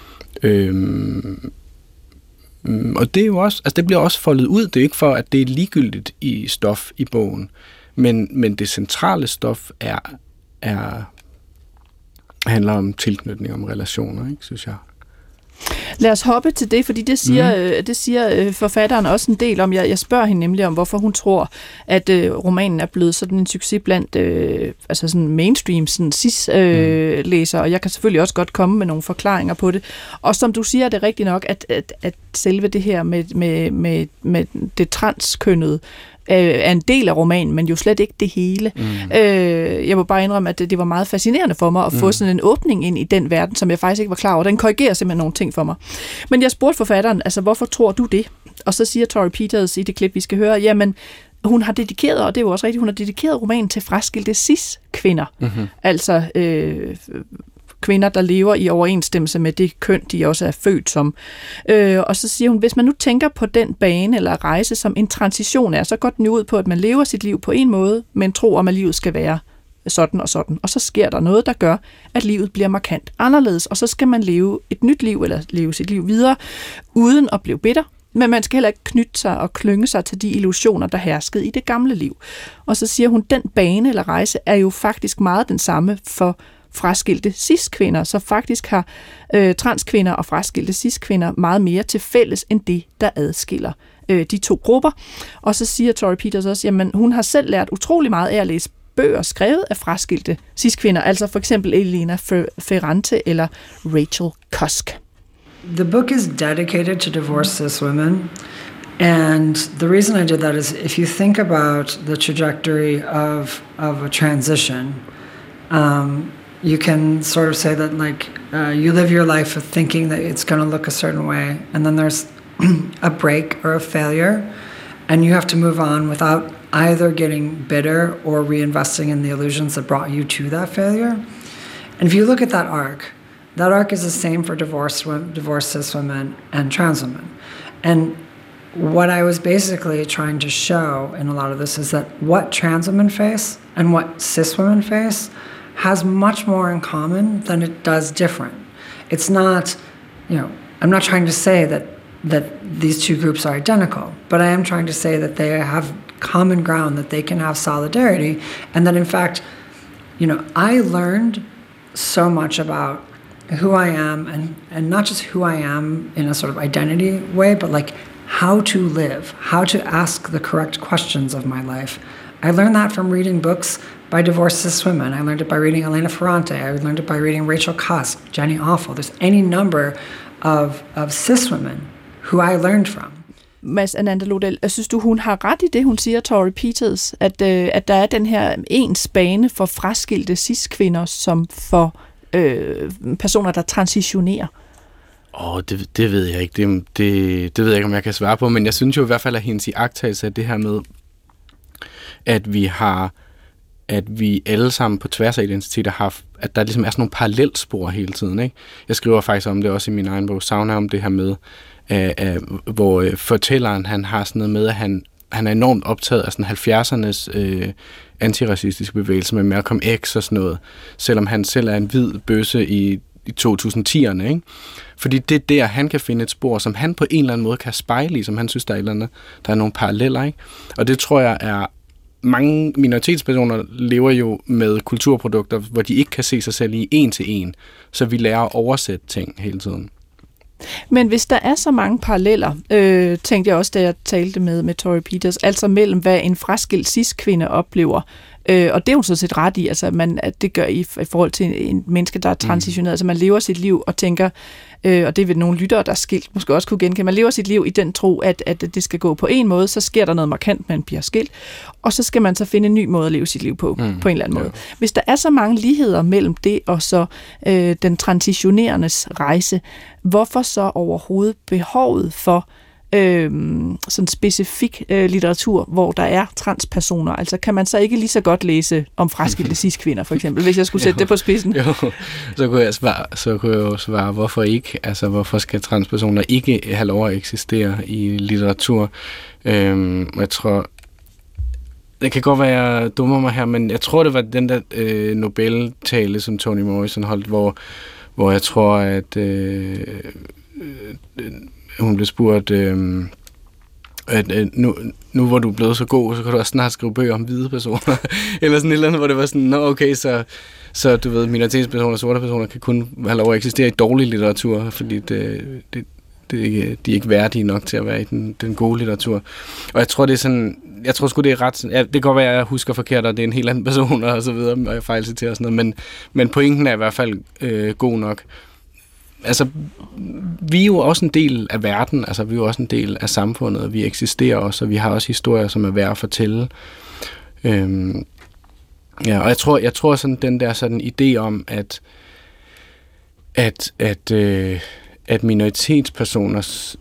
Øhm, og det er jo også, altså det bliver også foldet ud, det er ikke for, at det er ligegyldigt i stof i bogen, men, men det centrale stof er, er handler om tilknytning, om relationer, ikke, synes jeg. Lad os hoppe til det, fordi det siger, mm. øh, det siger øh, forfatteren også en del om. Jeg, jeg spørger hende nemlig om, hvorfor hun tror, at øh, romanen er blevet sådan en succes blandt øh, altså sådan mainstream sådan cis-læsere, øh, mm. og jeg kan selvfølgelig også godt komme med nogle forklaringer på det. Og som du siger, er det rigtigt nok, at, at, at selve det her med, med, med, med det transkønnede er en del af romanen, men jo slet ikke det hele. Mm. Øh, jeg må bare indrømme, at det, det var meget fascinerende for mig at få mm. sådan en åbning ind i den verden, som jeg faktisk ikke var klar over. Den korrigerer simpelthen nogle ting for mig. Men jeg spurgte forfatteren, altså hvorfor tror du det? Og så siger Torrey Peters i det klip, vi skal høre, jamen hun har dedikeret, og det er jo også rigtigt, hun har dedikeret romanen til fraskilte cis-kvinder. Mm-hmm. Altså øh, kvinder, der lever i overensstemmelse med det køn, de også er født som. Øh, og så siger hun, hvis man nu tænker på den bane eller rejse, som en transition er, så går den jo ud på, at man lever sit liv på en måde, men tror om, at livet skal være sådan og sådan. Og så sker der noget, der gør, at livet bliver markant anderledes, og så skal man leve et nyt liv, eller leve sit liv videre, uden at blive bitter. Men man skal heller ikke knytte sig og klynge sig til de illusioner, der herskede i det gamle liv. Og så siger hun, den bane eller rejse er jo faktisk meget den samme for fraskilte cis-kvinder, så faktisk har øh, transkvinder og fraskilte cis-kvinder meget mere til fælles end det, der adskiller øh, de to grupper. Og så siger Torrey Peters også, jamen hun har selv lært utrolig meget af at læse bøger skrevet af fraskilte cis-kvinder, altså for eksempel Elena Ferrante eller Rachel Cusk. The book is dedicated to divorced cis women, and the reason I did that is if you think about the trajectory of of a transition, um, you can sort of say that like uh, you live your life thinking that it's going to look a certain way, and then there's a break or a failure, and you have to move on without either getting bitter or reinvesting in the illusions that brought you to that failure. And if you look at that arc, that arc is the same for divorced divorced cis women and trans women. And what I was basically trying to show in a lot of this is that what trans women face and what cis women face has much more in common than it does different. It's not, you know, I'm not trying to say that that these two groups are identical, but I am trying to say that they have common ground, that they can have solidarity, and that in fact, you know, I learned so much about who I am, and, and not just who I am in a sort of identity way, but like how to live, how to ask the correct questions of my life. I learned that from reading books by divorced cis women. I learned it by reading Elena Ferrante. I learned it by reading Rachel Cusk, Jenny Offal. There's any number of, of cis women who I learned from. Mads Ananda Lodel, synes du, hun har ret i det, hun siger, Torrey Peters, at, øh, at der er den her ens bane for fraskilte cis-kvinder, som for øh, personer, der transitionerer? Åh, oh, det, det ved jeg ikke. Det, det, det ved jeg ikke, om jeg kan svare på, men jeg synes jo i hvert fald, at hendes iagttagelse af det her med, at vi har, at vi alle sammen på tværs af identiteter har, at der ligesom er sådan nogle parallelspor hele tiden, ikke? Jeg skriver faktisk om det også i min egen bog, Sauna, om det her med, af, af, hvor fortælleren, han har sådan noget med, at han, han er enormt optaget af sådan halvfjerdsernes øh, antiracistiske bevægelse med Malcolm X og sådan noget, selvom han selv er en hvid bøsse i, i to tusind tierne, ikke? Fordi det er der, han kan finde et spor, som han på en eller anden måde kan spejle i, som han synes, der er, et eller andet, der er nogle paralleller, ikke? Og det tror jeg er, mange minoritetspersoner lever jo med kulturprodukter, hvor de ikke kan se sig selv i en til en, så vi lærer at oversætte ting hele tiden. Men hvis der er så mange paralleller, øh, tænkte jeg også, da jeg talte med, med Torrey Peters, altså mellem hvad en fraskilt cis-kvinde oplever, øh, og det er jo så set ret i, altså man, at det gør i, i forhold til en, en menneske, der er transitioneret, mm. altså man lever sit liv og tænker, øh, og det vil nogle lyttere, der er skilt, måske også kunne genkende, man lever sit liv i den tro, at, at det skal gå på en måde, så sker der noget markant, man bliver skilt, og så skal man så finde en ny måde at leve sit liv på, mm. på en eller anden måde. Ja. Hvis der er så mange ligheder mellem det og så øh, den transitionerendes rejse, hvorfor så overhovedet behovet for øh, sådan specifik øh, litteratur, hvor der er transpersoner? Altså kan man så ikke lige så godt læse om fraskilte cis-kvinder, for eksempel, hvis jeg skulle sætte jo, det på spidsen? Jo, så kunne jeg svare, så kunne jeg jo svare, hvorfor ikke? Altså, hvorfor skal transpersoner ikke have lov at eksistere i litteratur? Øh, jeg tror, det kan godt være, jeg dummer mig her, men jeg tror, det var den der øh, Nobel-tale, som Toni Morrison holdt, hvor hvor jeg tror, at øh, øh, hun blev spurgt, øh, at, at nu, nu hvor du er blevet så god, så kan du også snart skrive bøger om hvide personer. Eller sådan et eller andet, hvor det var sådan, nå okay, så, så du ved, minoritetspersoner og sorte personer kan kun have lov at eksistere i dårlig litteratur, fordi det, det, det er ikke, de er ikke værdige nok til at være i den, den gode litteratur. Og jeg tror, det er sådan, jeg tror sgu, det er ret, ja, det kan godt være, at jeg husker forkert, og det er en helt anden person, og så videre, og jeg fejlciterer og sådan noget, men, men pointen er i hvert fald øh, god nok. Altså, vi er jo også en del af verden, altså vi er jo også en del af samfundet, og vi eksisterer også, og vi har også historier, som er værd at fortælle. Øhm, ja, og jeg tror, jeg tror sådan, den der sådan idé om, at, at, at, øh, at minoritetspersoners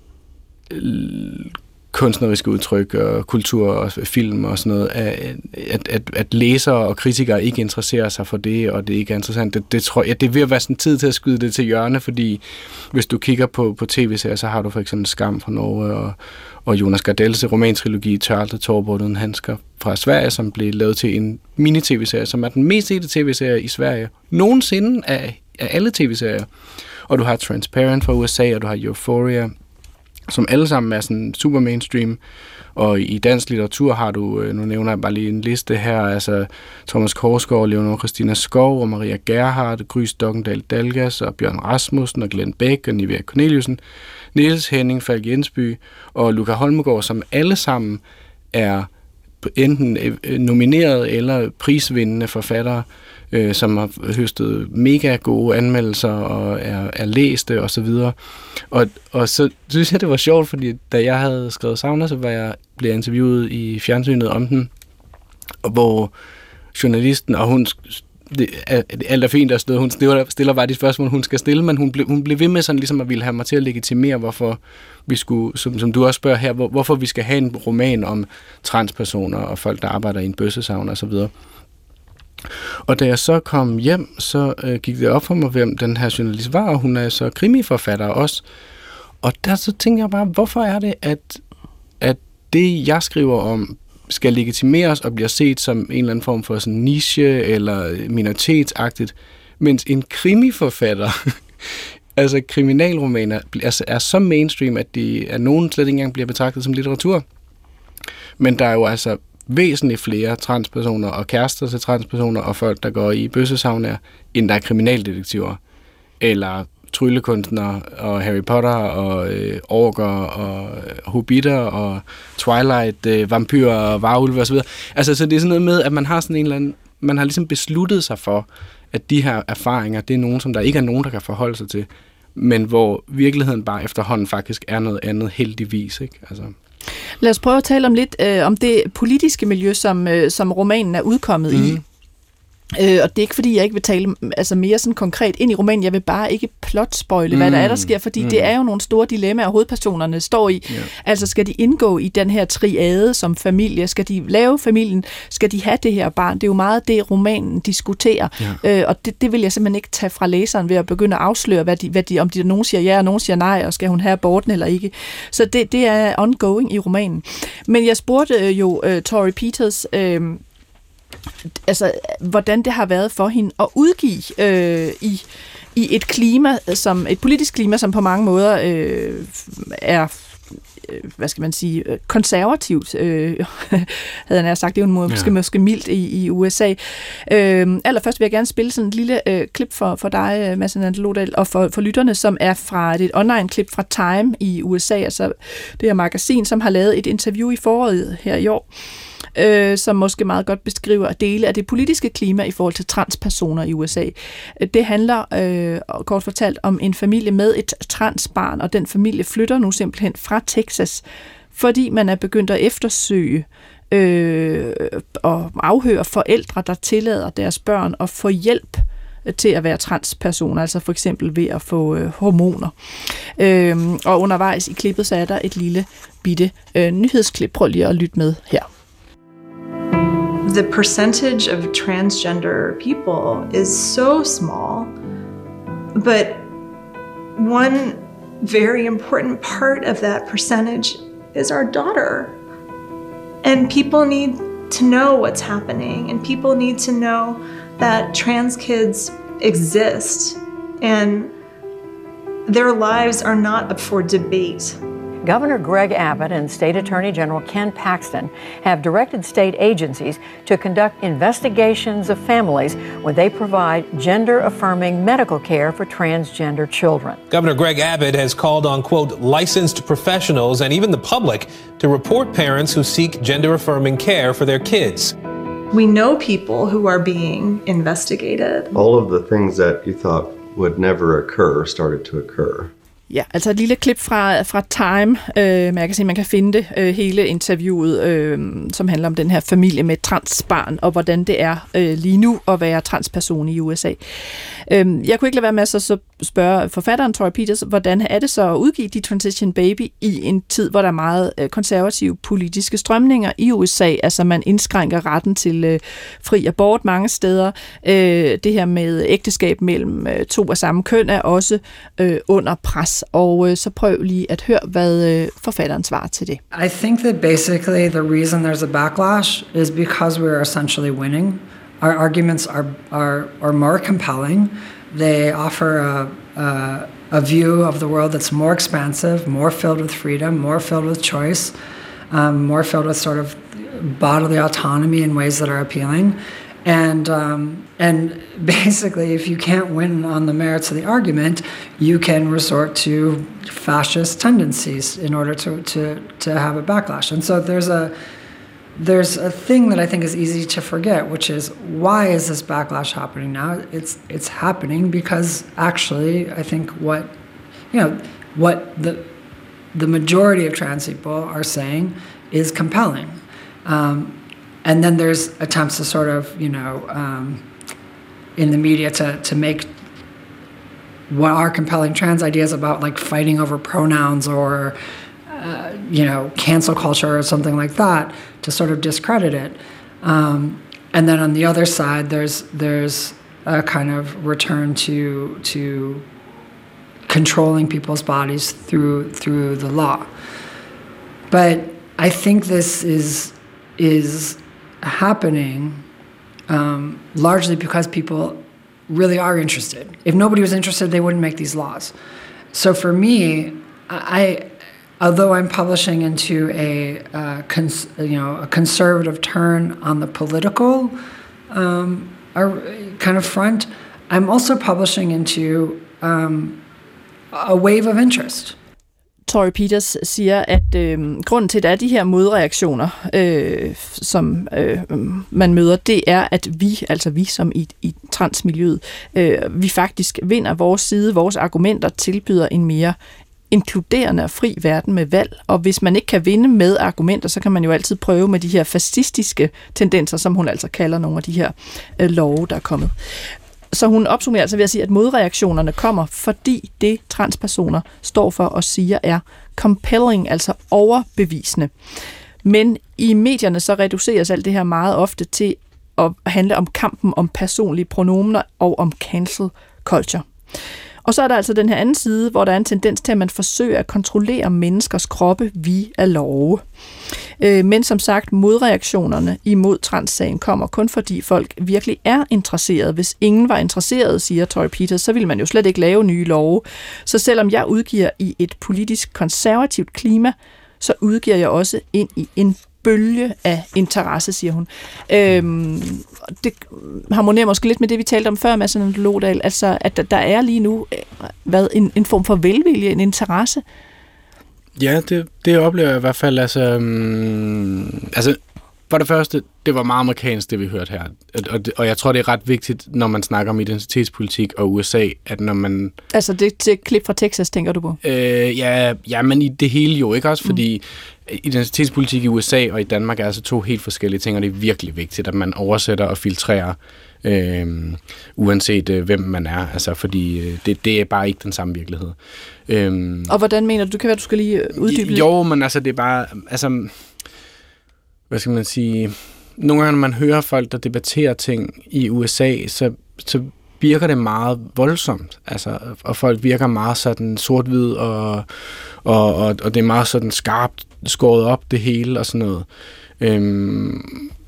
kunstneriske udtryk og kultur og film og sådan noget, at, at, at, at læsere og kritikere ikke interesserer sig for det, og det ikke er interessant. Det, det tror jeg, det er ved at være sådan tid til at skyde det til hjørne, fordi hvis du kigger på, på tv-serier, så har du for eksempel Skam fra Norge og, og Jonas Gardells romantrilogi Tørlte Tårbordet uden handsker fra Sverige, som blev lavet til en mini-tv-serie, som er den mest sete tv-serie i Sverige nogensinde af, af alle tv-serier. Og du har Transparent fra U S A, og du har Euphoria, som alle sammen er sådan super mainstream, og i dansk litteratur har du, nu nævner jeg bare lige en liste her, altså Thomas Korsgaard, Leonora Christina Skov og Maria Gerhardt, Gry Stokkendal Dalgas og Bjørn Rasmussen og Glenn Bæk og Nivea Corneliusen, Niels Henning Falk Jensby og Luca Holmgaard, som alle sammen er enten nomineret eller prisvindende forfattere, øh, som har høstet mega gode anmeldelser og er, er læste og så videre. Og, og så synes jeg, det var sjovt, fordi da jeg havde skrevet Savner, så var jeg blevet interviewet i fjernsynet om den, hvor journalisten, og hun, det, alt er fint der stod, hun stiller, stiller bare de spørgsmål, hun skal stille, men hun, ble, hun blev ved med sådan ligesom at ville have mig til at legitimere, hvorfor vi skulle, som, som du også spørger her, hvor, hvorfor vi skal have en roman om transpersoner og folk, der arbejder i en bøssesauna og så videre. Og da jeg så kom hjem, så øh, gik det op for mig, hvem den her journalist var, og hun er så krimiforfatter også. Og der så tænkte jeg bare, hvorfor er det, at, at det, jeg skriver om, skal legitimeres og bliver set som en eller anden form for sådan niche eller minoritetsagtigt, mens en krimiforfatter, altså kriminalromaner, er, er så mainstream, at de af nogen slet ikke engang bliver betragtet som litteratur. Men der er jo altså væsentligt flere transpersoner og kærester til transpersoner og folk, der går i bøssesaunaer, end der er kriminaldetektiver, eller tryllekunstnere og Harry Potter og øh, orker og øh, hobitter og Twilight, øh, vampyrer og varulve og så videre. Altså, så det er sådan noget med, at man har sådan en eller anden, man har ligesom besluttet sig for, at de her erfaringer, det er nogen, som der ikke er nogen, der kan forholde sig til, men hvor virkeligheden bare efterhånden faktisk er noget andet, heldigvis, ikke? Altså. Lad os prøve at tale om lidt øh, om det politiske miljø, som, øh, som romanen er udkommet mm. i. Øh, og det er ikke, fordi jeg ikke vil tale altså mere sådan konkret ind i romanen. Jeg vil bare ikke plotspoile, mm. hvad der er, der sker, fordi mm. det er jo nogle store dilemmaer, hovedpersonerne står i. Yeah. Altså, skal de indgå i den her triade som familie? Skal de lave familien? Skal de have det her barn? Det er jo meget det, romanen diskuterer. Yeah. Øh, og det, det vil jeg simpelthen ikke tage fra læseren ved at begynde at afsløre, hvad de, hvad de, om de, nogen siger ja, og nogen siger nej, og skal hun have aborten eller ikke. Så det, det er ongoing i romanen. Men jeg spurgte jo uh, Torrey Peters, øh, altså, hvordan det har været for hende at udgive øh, i, i et klima, som et politisk klima, som på mange måder øh, er, hvad skal man sige, konservativt, øh, havde jeg sagt, det er jo måske, ja. måske mildt i, i U S A. Øh, allerførst vil jeg gerne spille sådan et lille øh, klip for, for dig, Mads Lodal, og for, for lytterne, som er fra det et online-klip fra Time i U S A, altså det her magasin, som har lavet et interview i foråret her i år, Øh, som måske meget godt beskriver dele af det politiske klima i forhold til transpersoner i U S A. Det handler øh, kort fortalt om en familie med et transbarn, og den familie flytter nu simpelthen fra Texas, fordi man er begyndt at eftersøge øh, og afhøre forældre, der tillader deres børn at få hjælp til at være transpersoner, altså for eksempel ved at få øh, hormoner. Øh, og undervejs i klippet, så er der et lille bitte øh, nyhedsklip. Prøv lige at lytte med her. The percentage of transgender people is so small, but one very important part of that percentage is our daughter. And people need to know what's happening, and people need to know that trans kids exist, and their lives are not up for debate. Governor Greg Abbott and State Attorney General Ken Paxton have directed state agencies to conduct investigations of families when they provide gender-affirming medical care for transgender children. Governor Greg Abbott has called on, quote, licensed professionals and even the public to report parents who seek gender-affirming care for their kids. We know people who are being investigated. All of the things that you thought would never occur started to occur. Ja, altså et lille klip fra, fra Time, øh, man kan se, man kan finde det, øh, hele interviewet, øh, som handler om den her familie med et transbarn, og hvordan det er øh, lige nu at være transperson i U S A. Øh, jeg kunne ikke lade være med at så, så spørge forfatteren Torrey Peters, hvordan er det så at udgive The Transition Baby i en tid, hvor der er meget øh, konservative politiske strømninger i U S A, altså man indskrænker retten til øh, fri abort mange steder. Øh, det her med ægteskab mellem øh, to af samme køn er også øh, under pres. Og øh, så prøv lige at høre, hvad øh, forfatteren svarer til det. I think that basically the reason there's a backlash is because we're essentially winning. Our arguments are are are more compelling. They offer a, a a view of the world that's more expansive, more filled with freedom, more filled with choice, um, more filled with sort of bodily autonomy in ways that are appealing. And um, and basically, if you can't win on the merits of the argument, you can resort to fascist tendencies in order to to to have a backlash. And so there's a there's a thing that I think is easy to forget, which is, why is this backlash happening now? It's it's happening because actually, I think what you know what the the majority of trans people are saying is compelling. Um, And then there's attempts to sort of, you know, um, in the media to, to make what are compelling trans ideas about, like fighting over pronouns or, uh, you know, cancel culture or something like that, to sort of discredit it. Um, and then on the other side, there's there's a kind of return to to controlling people's bodies through through the law. But I think this is is happening um, largely because people really are interested. If nobody was interested, they wouldn't make these laws. So for me, I, although I'm publishing into a uh, cons- you know a conservative turn on the political um, kind of front, I'm also publishing into um, a wave of interest. Torrey Peters siger, at øh, grunden til, at der er de her modreaktioner, øh, som øh, man møder, det er, at vi, altså vi som i, i transmiljøet, øh, vi faktisk vinder vores side, vores argumenter tilbyder en mere inkluderende og fri verden med valg. Og hvis man ikke kan vinde med argumenter, så kan man jo altid prøve med de her fascistiske tendenser, som hun altså kalder nogle af de her øh, love, der er kommet. Så hun opsummerer altså ved at sige, at modreaktionerne kommer, fordi det transpersoner står for og siger er compelling, altså overbevisende. Men i medierne så reduceres alt det her meget ofte til at handle om kampen om personlige pronomener og om cancel culture. Og så er der altså den her anden side, hvor der er en tendens til, at man forsøger at kontrollere menneskers kroppe via love. Men som sagt, modreaktionerne imod transsagen kommer kun fordi folk virkelig er interesserede. Hvis ingen var interesseret, siger Torrey Peters, så ville man jo slet ikke lave nye love. Så selvom jeg udgiver i et politisk konservativt klima, så udgiver jeg også ind i en bølge af interesse, siger hun. Øhm, det harmonerer måske lidt med det, vi talte om før, Mads Lodal, altså at der er lige nu hvad, en, en form for velvilje, en interesse. Ja, det, det oplever jeg i hvert fald. Altså, um, altså, for det første, det var meget amerikansk, det vi hørte her. Og, og jeg tror, det er ret vigtigt, når man snakker om identitetspolitik og U S A, at når man... Altså det, det klip fra Texas, tænker du på? Øh, ja, ja, men i det hele jo, ikke også? Fordi mm. identitetspolitik i U S A og i Danmark er altså to helt forskellige ting, og det er virkelig vigtigt, at man oversætter og filtrerer, øh, uanset øh, hvem man er. Altså, fordi øh, det, det er bare ikke den samme virkelighed. Øh, og hvordan mener du? Du kan være, du skal lige uddybe lidt. Jo, men altså, det er bare... Altså, hvad skal man sige... Nogle gange, når man hører folk, der debatterer ting i U S A, så, så virker det meget voldsomt. Altså, og folk virker meget sådan sort-hvid, og, og, og, og det er meget sådan skarpt skåret op, det hele, og sådan noget. Øhm,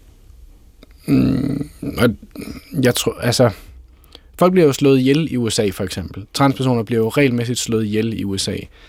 mm, og jeg tror, altså... Folk bliver jo slået ihjel i U S A, for eksempel. Transpersoner bliver jo regelmæssigt slået ihjel i U S A.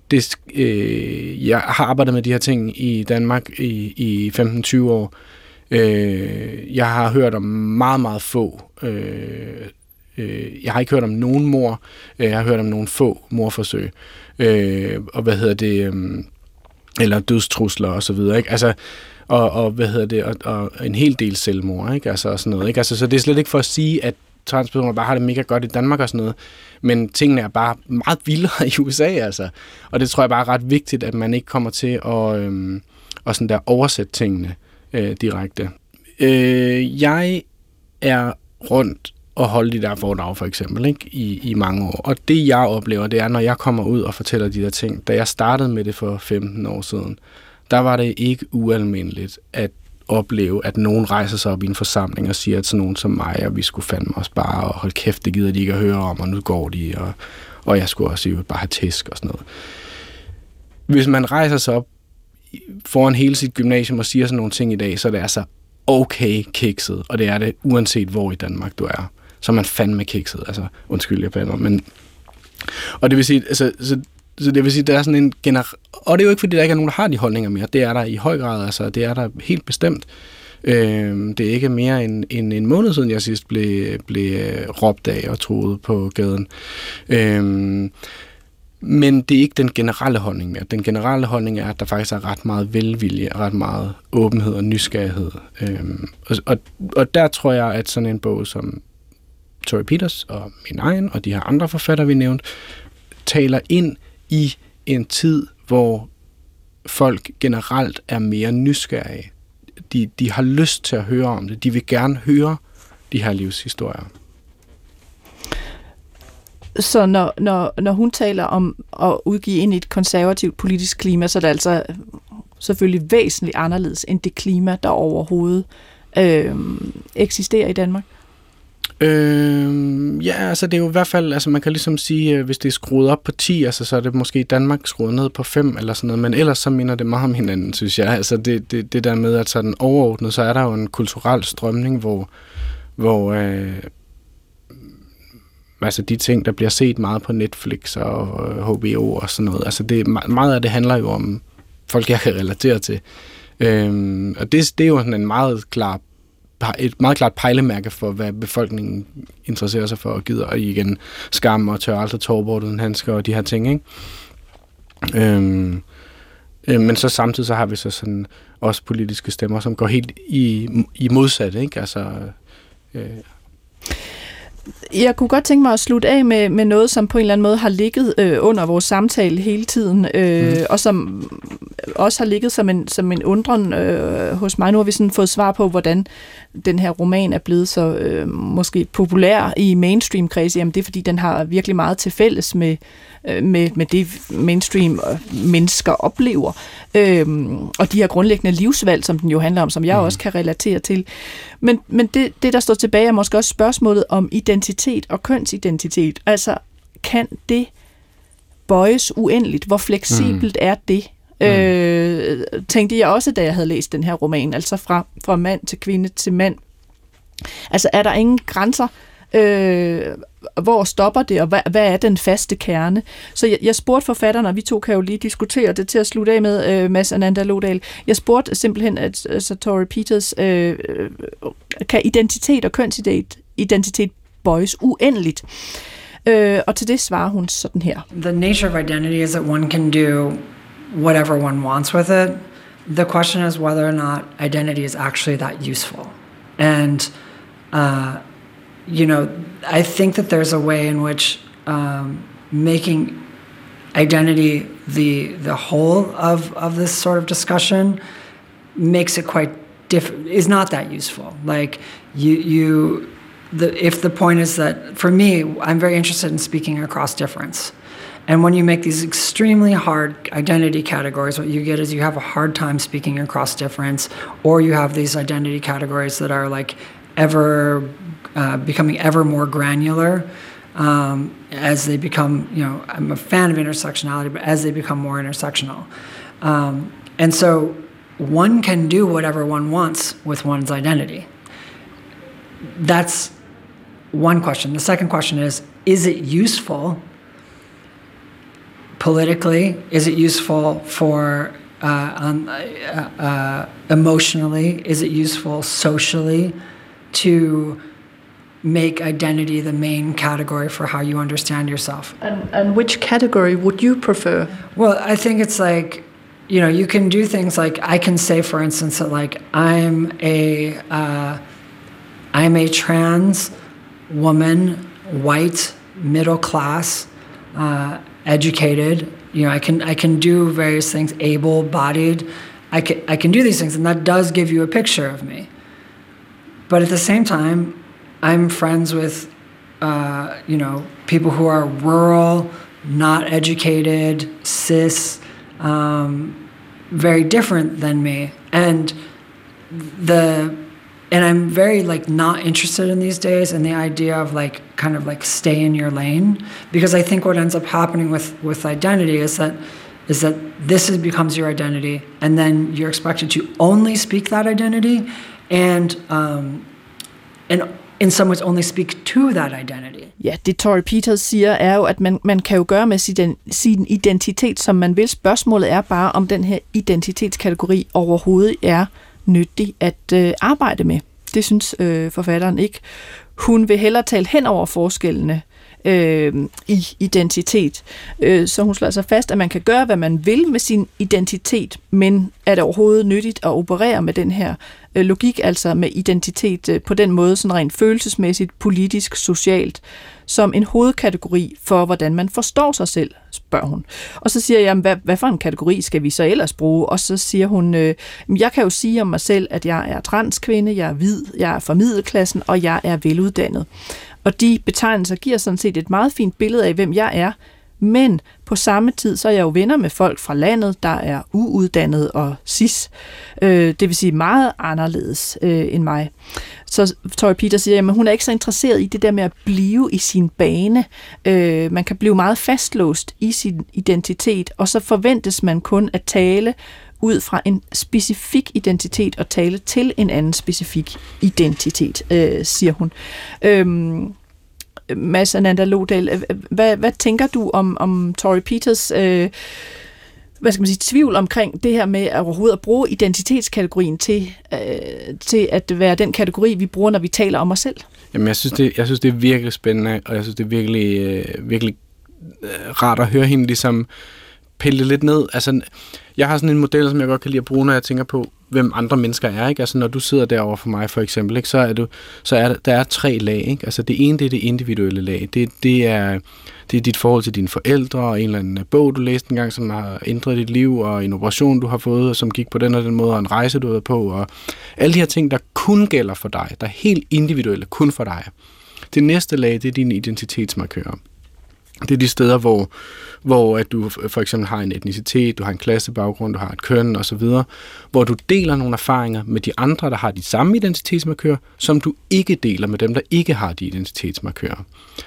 det, øh, jeg har arbejdet med de her ting i Danmark i, i femten til tyve år. Øh, jeg har hørt om meget, meget få. Øh, øh, jeg har ikke hørt om nogen mor. Jeg har hørt om nogle få morforsøg. Øh, og hvad hedder det? Øh, eller dødstrusler og så videre, ikke? Altså, og, og hvad hedder det? Og, og en hel del selvmord, ikke? Altså, og sådan noget, ikke? Altså, så det er slet ikke for at sige, at transpersoner bare har det mega godt i Danmark og sådan noget, men tingene er bare meget vildere i U S A, altså. Og det tror jeg bare er ret vigtigt, at man ikke kommer til at, øhm, at sådan der oversætte tingene øh, direkte. Øh, jeg er rundt og holde de der foredrag for eksempel, ikke? I, i mange år. Og det jeg oplever, det er, når jeg kommer ud og fortæller de der ting. Da jeg startede med det for femten år siden, der var det ikke ualmindeligt at opleve, at nogen rejser sig op i en forsamling og siger, at sådan nogen som mig, og vi skulle fandme os bare, og hold kæft, det gider de ikke at høre om, og nu går de, og, og jeg skulle også bare have tæsk og sådan noget. Hvis man rejser sig op foran hele sit gymnasium og siger sådan nogle ting i dag, så er det altså okay kikset, og det er det uanset hvor i Danmark du er. Så er man fandme kikset, altså undskyld, jeg bander, men og det vil sige, altså, så, så det vil sige, der er sådan en gener... og det er jo ikke fordi, der ikke er nogen, der har de holdninger mere, det er der i høj grad, altså det er der helt bestemt. Øh, det er ikke mere end, end en måned siden, jeg sidst blev, blev råbt af og troet på gaden. Øh, men det er ikke den generelle holdning mere. Den generelle holdning er, at der faktisk er ret meget velvilje, ret meget åbenhed og nysgerrighed. Øh, og, og, og der tror jeg, at sådan en bog som Torrey Peters og min egen, og de her andre forfattere, vi nævnte, taler ind i en tid, hvor folk generelt er mere nysgerrige. De, de har lyst til at høre om det. De vil gerne høre de her livshistorier. Så når, når, når hun taler om at udgive ind i et konservativt politisk klima, så er det altså selvfølgelig væsentligt anderledes end det klima, der overhovedet øh, eksisterer i Danmark? Øh, ja, altså det er jo i hvert fald, altså man kan ligesom sige, hvis det er skruet op på ti, altså så er det måske i Danmark skruet ned på fem eller sådan noget, men ellers så minder det meget om hinanden, synes jeg. Altså det, det, det der med, at sådan overordnet, så er der jo en kulturel strømning, hvor, hvor øh, altså de ting, der bliver set meget på Netflix og H B O og sådan noget, altså det, meget af det handler jo om folk, jeg kan relatere til. Øh, og det, det er jo sådan en meget klar et meget klart pejlemærke for, hvad befolkningen interesserer sig for, og gider, og igen skam og tør aldrig tårbord uden handsker og de her ting, ikke? Øhm, øh, men så samtidig så har vi så sådan også politiske stemmer, som går helt i, i modsat, ikke? Altså, øh. Jeg kunne godt tænke mig at slutte af med, med noget, som på en eller anden måde har ligget øh, under vores samtale hele tiden, øh, mm. og som også har ligget som en, som en undren øh, hos mig. Nu har vi sådan fået svar på, hvordan den her roman er blevet så øh, måske populær i mainstream-kredse. Jamen det er, fordi den har virkelig meget til fælles med, øh, med, med det mainstream-mennesker oplever. Øh, og de her grundlæggende livsvalg, som den jo handler om, som jeg mm. også kan relatere til. Men, men det, det, der står tilbage, er måske også spørgsmålet om identitet og kønsidentitet. Altså, kan det bøjes uendeligt? Hvor fleksibelt mm. er det? Mm. Øh, tænkte jeg også, da jeg havde læst den her roman, altså fra, fra mand til kvinde til mand. Altså, er der ingen grænser? Øh, hvor stopper det, og hvad, hvad er den faste kerne? Så jeg, jeg spurgte forfatteren, og vi to kan jo lige diskutere det til at slutte af med, øh, Mads Ananda Lodal. Jeg spurgte simpelthen, at altså, Torrey Peters, øh, kan identitet og kønsidentitet identitet bøjes uendeligt? Øh, og til det svarer hun sådan her. The nature of identity is that one can do whatever one wants with it. The question is whether or not identity is actually that useful. And uh, you know, I think that there's a way in which um, making identity the the whole of, of this sort of discussion makes it quite different. Is not that useful. Like you, you, the if the point is that for me, I'm very interested in speaking across difference. And when you make these extremely hard identity categories, what you get is you have a hard time speaking across difference, or you have these identity categories that are like ever uh, becoming ever more granular um, as they become, you know, I'm a fan of intersectionality, but as they become more intersectional. Um, and so one can do whatever one wants with one's identity. That's one question. The second question is, is it useful politically? Is it useful for uh, on, uh, uh, emotionally? Is it useful socially to make identity the main category for how you understand yourself? And, and which category would you prefer? Well, I think it's like, you know, you can do things like, I can say, for instance, that like I'm a uh, I'm a trans woman, white, middle class, uh, educated. You know, I can I can do various things, able-bodied. I can I can do these things, and that does give you a picture of me. But at the same time, I'm friends with, uh, you know, people who are rural, not educated, cis, um, very different than me, and the, and I'm very like not interested in these days in the idea of like kind of like stay in your lane, because I think what ends up happening with with identity is that is that this is, becomes your identity, and then you're expected to only speak that identity, and um, and in some ways only speak to that identity. Ja, det Torrey Peters siger er jo, at man, man kan jo gøre med sin, sin identitet, som man vil. Spørgsmålet er bare, om den her identitetskategori overhovedet er nyttig at øh, arbejde med. Det synes øh, forfatteren ikke. Hun vil hellere tale hen over forskellene øh, i identitet. Øh, så hun slår sig fast, at man kan gøre, hvad man vil med sin identitet, men er det overhovedet nyttigt at operere med den her øh, logik, altså med identitet øh, på den måde, sådan rent følelsesmæssigt, politisk, socialt, som en hovedkategori for, hvordan man forstår sig selv, spørger hun. Og så siger jeg, hvad, hvad for en kategori skal vi så ellers bruge? Og så siger hun, øh, jeg kan jo sige om mig selv, at jeg er transkvinde, jeg er hvid, jeg er fra middelklassen, og jeg er veluddannet. Og de betegnelser giver sådan set et meget fint billede af, hvem jeg er, men på samme tid, så er jeg jo venner med folk fra landet, der er uuddannet og cis. Øh, det vil sige meget anderledes øh, end mig. Så Torrey Peters siger, at hun er ikke så interesseret i det der med at blive i sin bane. Øh, man kan blive meget fastlåst i sin identitet, og så forventes man kun at tale ud fra en specifik identitet og tale til en anden specifik identitet, øh, siger hun. Øhm, Mads Ananda Lodal, hvad, hvad tænker du om, om Torrey Peters øh, hvad skal man sige, tvivl omkring det her med at overhovedet at bruge identitetskategorien til, øh, til at være den kategori, vi bruger, når vi taler om os selv? Jamen, jeg synes, det, jeg synes, det er virkelig spændende, og jeg synes, det er virkelig, øh, virkelig øh, rart at høre hende ligesom pille lidt ned. Altså, jeg har sådan en model, som jeg godt kan lide at bruge, når jeg tænker på, hvem andre mennesker er, ikke? Altså, når du sidder derovre for mig, for eksempel, ikke? Så er du, så er der, der er tre lag, ikke? Altså, det ene, det er det individuelle lag. Det, det er, det er dit forhold til dine forældre, og en eller anden bog, du læste engang, som har ændret dit liv, og en operation, du har fået, som gik på den og den måde, og en rejse, du har været på, og alle de her ting, der kun gælder for dig, der er helt individuelle, kun for dig. Det næste lag, det er dine identitetsmarkører. Det er de steder, hvor, hvor at du for eksempel har en etnicitet, du har en klassebaggrund, du har et køn osv., hvor du deler nogle erfaringer med de andre, der har de samme identitetsmarkører, som du ikke deler med dem, der ikke har de identitetsmarkører.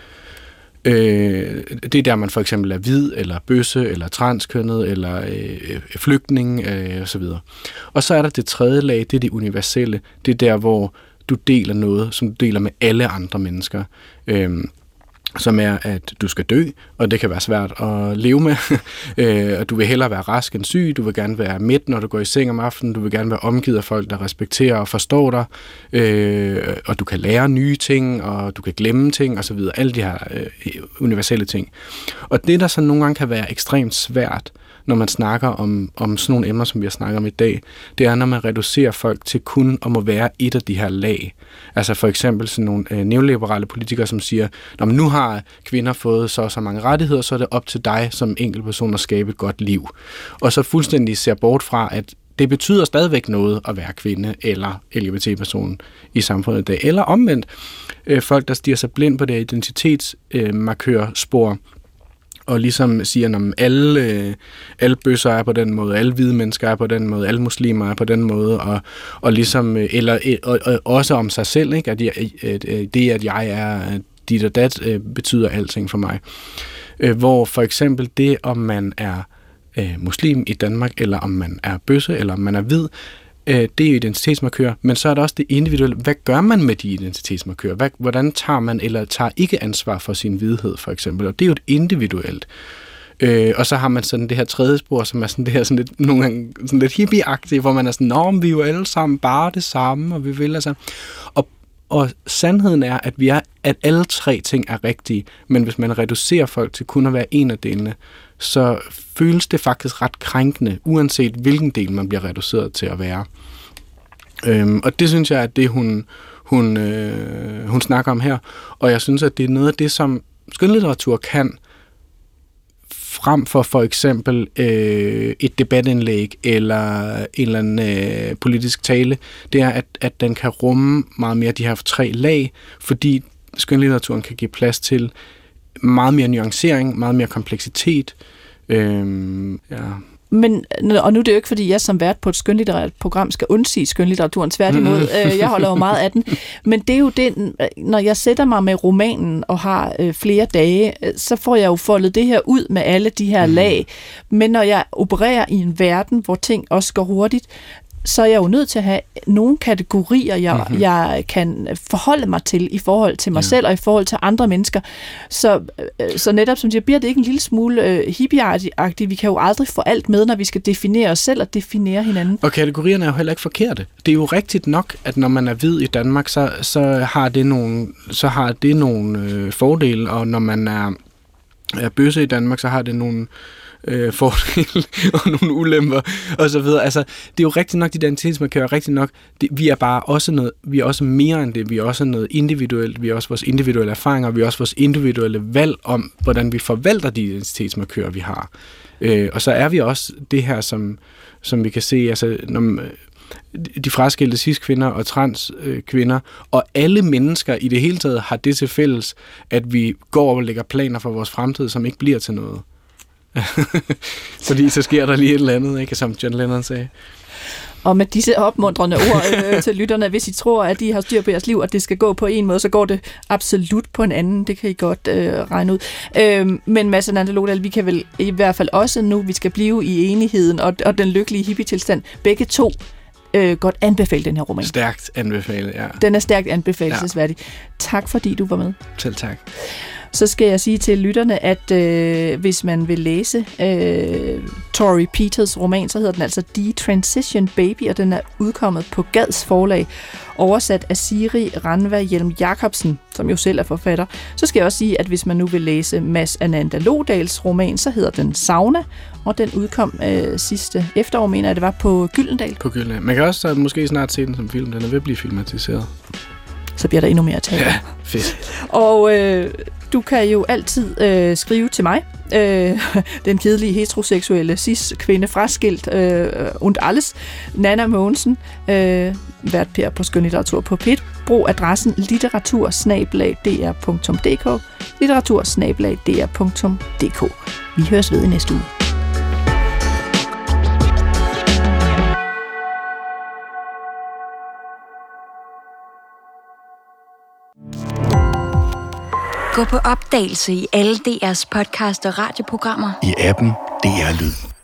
Øh, det er der, man for eksempel er hvid, eller bøsse, eller transkønnet, eller øh, flygtning øh, osv. Og så er der det tredje lag, det er det universelle. Det er der, hvor du deler noget, som du deler med alle andre mennesker. Øh, som er, at du skal dø, og det kan være svært at leve med. Og du vil hellere være rask end syg, du vil gerne være midt, når du går i seng om aftenen, du vil gerne være omgivet af folk, der respekterer og forstår dig, og du kan lære nye ting, og du kan glemme ting, osv. Alle de her universelle ting. Og det, der så nogle gange kan være ekstremt svært, når man snakker om, om sådan nogle emner, som vi har snakket om i dag, det er, når man reducerer folk til kun at må være et af de her lag. Altså for eksempel sådan nogle øh, neoliberale politikere, som siger, når man nu har kvinder fået så og så mange rettigheder, så er det op til dig som enkeltperson at skabe et godt liv. Og så fuldstændig ser bort fra, at det betyder stadigvæk noget at være kvinde eller L G B T-person i samfundet i dag. Eller omvendt, øh, folk, der stiger sig blind på det identitetsmarkørspor, øh, og ligesom siger, at alle, øh, alle bøsser er på den måde, alle hvide mennesker er på den måde, alle muslimer er på den måde, og, og ligesom, eller og, og også om sig selv, ikke? At, jeg, at det, at jeg er dit og dat, øh, betyder alting for mig. Øh, hvor for eksempel det, om man er øh, muslim i Danmark, eller om man er bøsse, eller om man er hvid, øh, det er jo identitetsmarkører, men så er der også det individuelle. Hvad gør man med de identitetsmarkører? Hvad, hvordan tager man eller tager ikke ansvar for sin hvidhed, for eksempel? Og det er jo et individuelt. Øh, og så har man sådan det her tredje spor, som er sådan det her sådan lidt, nogle gange sådan lidt hippie-agtigt, hvor man er sådan, nå, vi er jo alle sammen bare det samme, og vi vil altså. Og, og sandheden er, at vi er, at alle tre ting er rigtige, men hvis man reducerer folk til kun at være en af delene, så føles det faktisk ret krænkende, uanset hvilken del man bliver reduceret til at være. Øhm, og det synes jeg, at det hun, hun, øh, hun snakker om her, og jeg synes, at det er noget af det, som skønlitteratur kan, frem for for eksempel øh, et debatindlæg eller en eller anden øh, politisk tale, det er, at, at den kan rumme meget mere de her tre lag, fordi skønlitteraturen kan give plads til meget mere nuancering, meget mere kompleksitet. Øh, ja. Men, og nu er det jo ikke, fordi jeg som vært på et skønlitterært program skal undsige skønlitteraturen, tværtimod. Mm. Jeg holder jo meget af den. Men det er jo det, når jeg sætter mig med romanen og har øh, flere dage, så får jeg jo foldet det her ud med alle de her mm. lag. Men når jeg opererer i en verden, hvor ting også går hurtigt, så er jeg jo nødt til at have nogle kategorier, jeg, mm-hmm. jeg kan forholde mig til i forhold til mig ja. selv og i forhold til andre mennesker. Så, så netop som siger, bliver det ikke en lille smule øh, hippie-agtigt? Vi kan jo aldrig få alt med, når vi skal definere os selv og definere hinanden. Og kategorierne er jo heller ikke forkerte. Det er jo rigtigt nok, at når man er hvid i Danmark, så, så har det nogle, så har det nogle øh, fordele, og når man er, er bøsse i Danmark, så har det nogle Øh, fordele og nogle ulemper og så videre. Altså, det er jo rigtigt nok, de identitetsmarkører, rigtigt nok. Det, vi er bare også noget, vi er også mere end det. Vi er også noget individuelt. Vi er også vores individuelle erfaringer. Vi er også vores individuelle valg om, hvordan vi forvalter de identitetsmarkører, vi har. Øh, og så er vi også det her, som, som vi kan se, altså, når, de fraskilte cis-kvinder og trans-kvinder, og alle mennesker i det hele taget har det til fælles, at vi går og lægger planer for vores fremtid, som ikke bliver til noget. Fordi så sker der lige et eller andet, ikke, som John Lennon sagde. Og med disse opmuntrende ord øh, til lytterne, hvis I tror, at de har styr på jeres liv, og det skal gå på en måde, så går det absolut på en anden. Det kan I godt øh, regne ud. Øh, men Mads Ananda Lodal, vi kan vel i hvert fald også nu, vi skal blive i enigheden og, og den lykkelige hippie-tilstand, begge to øh, godt anbefale den her roman. Stærkt anbefale, ja. Den er stærkt anbefalesværdig. Ja. Tak fordi du var med. Selv tak. Så skal jeg sige til lytterne, at øh, hvis man vil læse øh, Torrey Peters roman, så hedder den altså Detransition Baby, og den er udkommet på Gads forlag, oversat af Siri Ranva Hjelm Jacobsen, som jo selv er forfatter. Så skal jeg også sige, at hvis man nu vil læse Mads Ananda Lodals roman, så hedder den Sauna, og den udkom øh, sidste efterår, mener jeg, det var på Gyldendal. På Gyldendal. Man kan også måske snart se den som film, den er ved at blive filmatiseret. Så bliver der endnu mere at tale. Ja, fedt. Og øh, du kan jo altid øh, skrive til mig, øh, den kedelige heteroseksuelle cis-kvinde fraskilt øh, und alles, Nanna Mogensen, øh, vært Per på skønlitteratur på P et. Brug adressen litteratur snabel-a d r punktum d k, litteratur snabel-a d r punktum d k. Vi høres ved i næste uge. Gå på opdagelse i alle D R's podcast og radioprogrammer. I appen D R Lyd.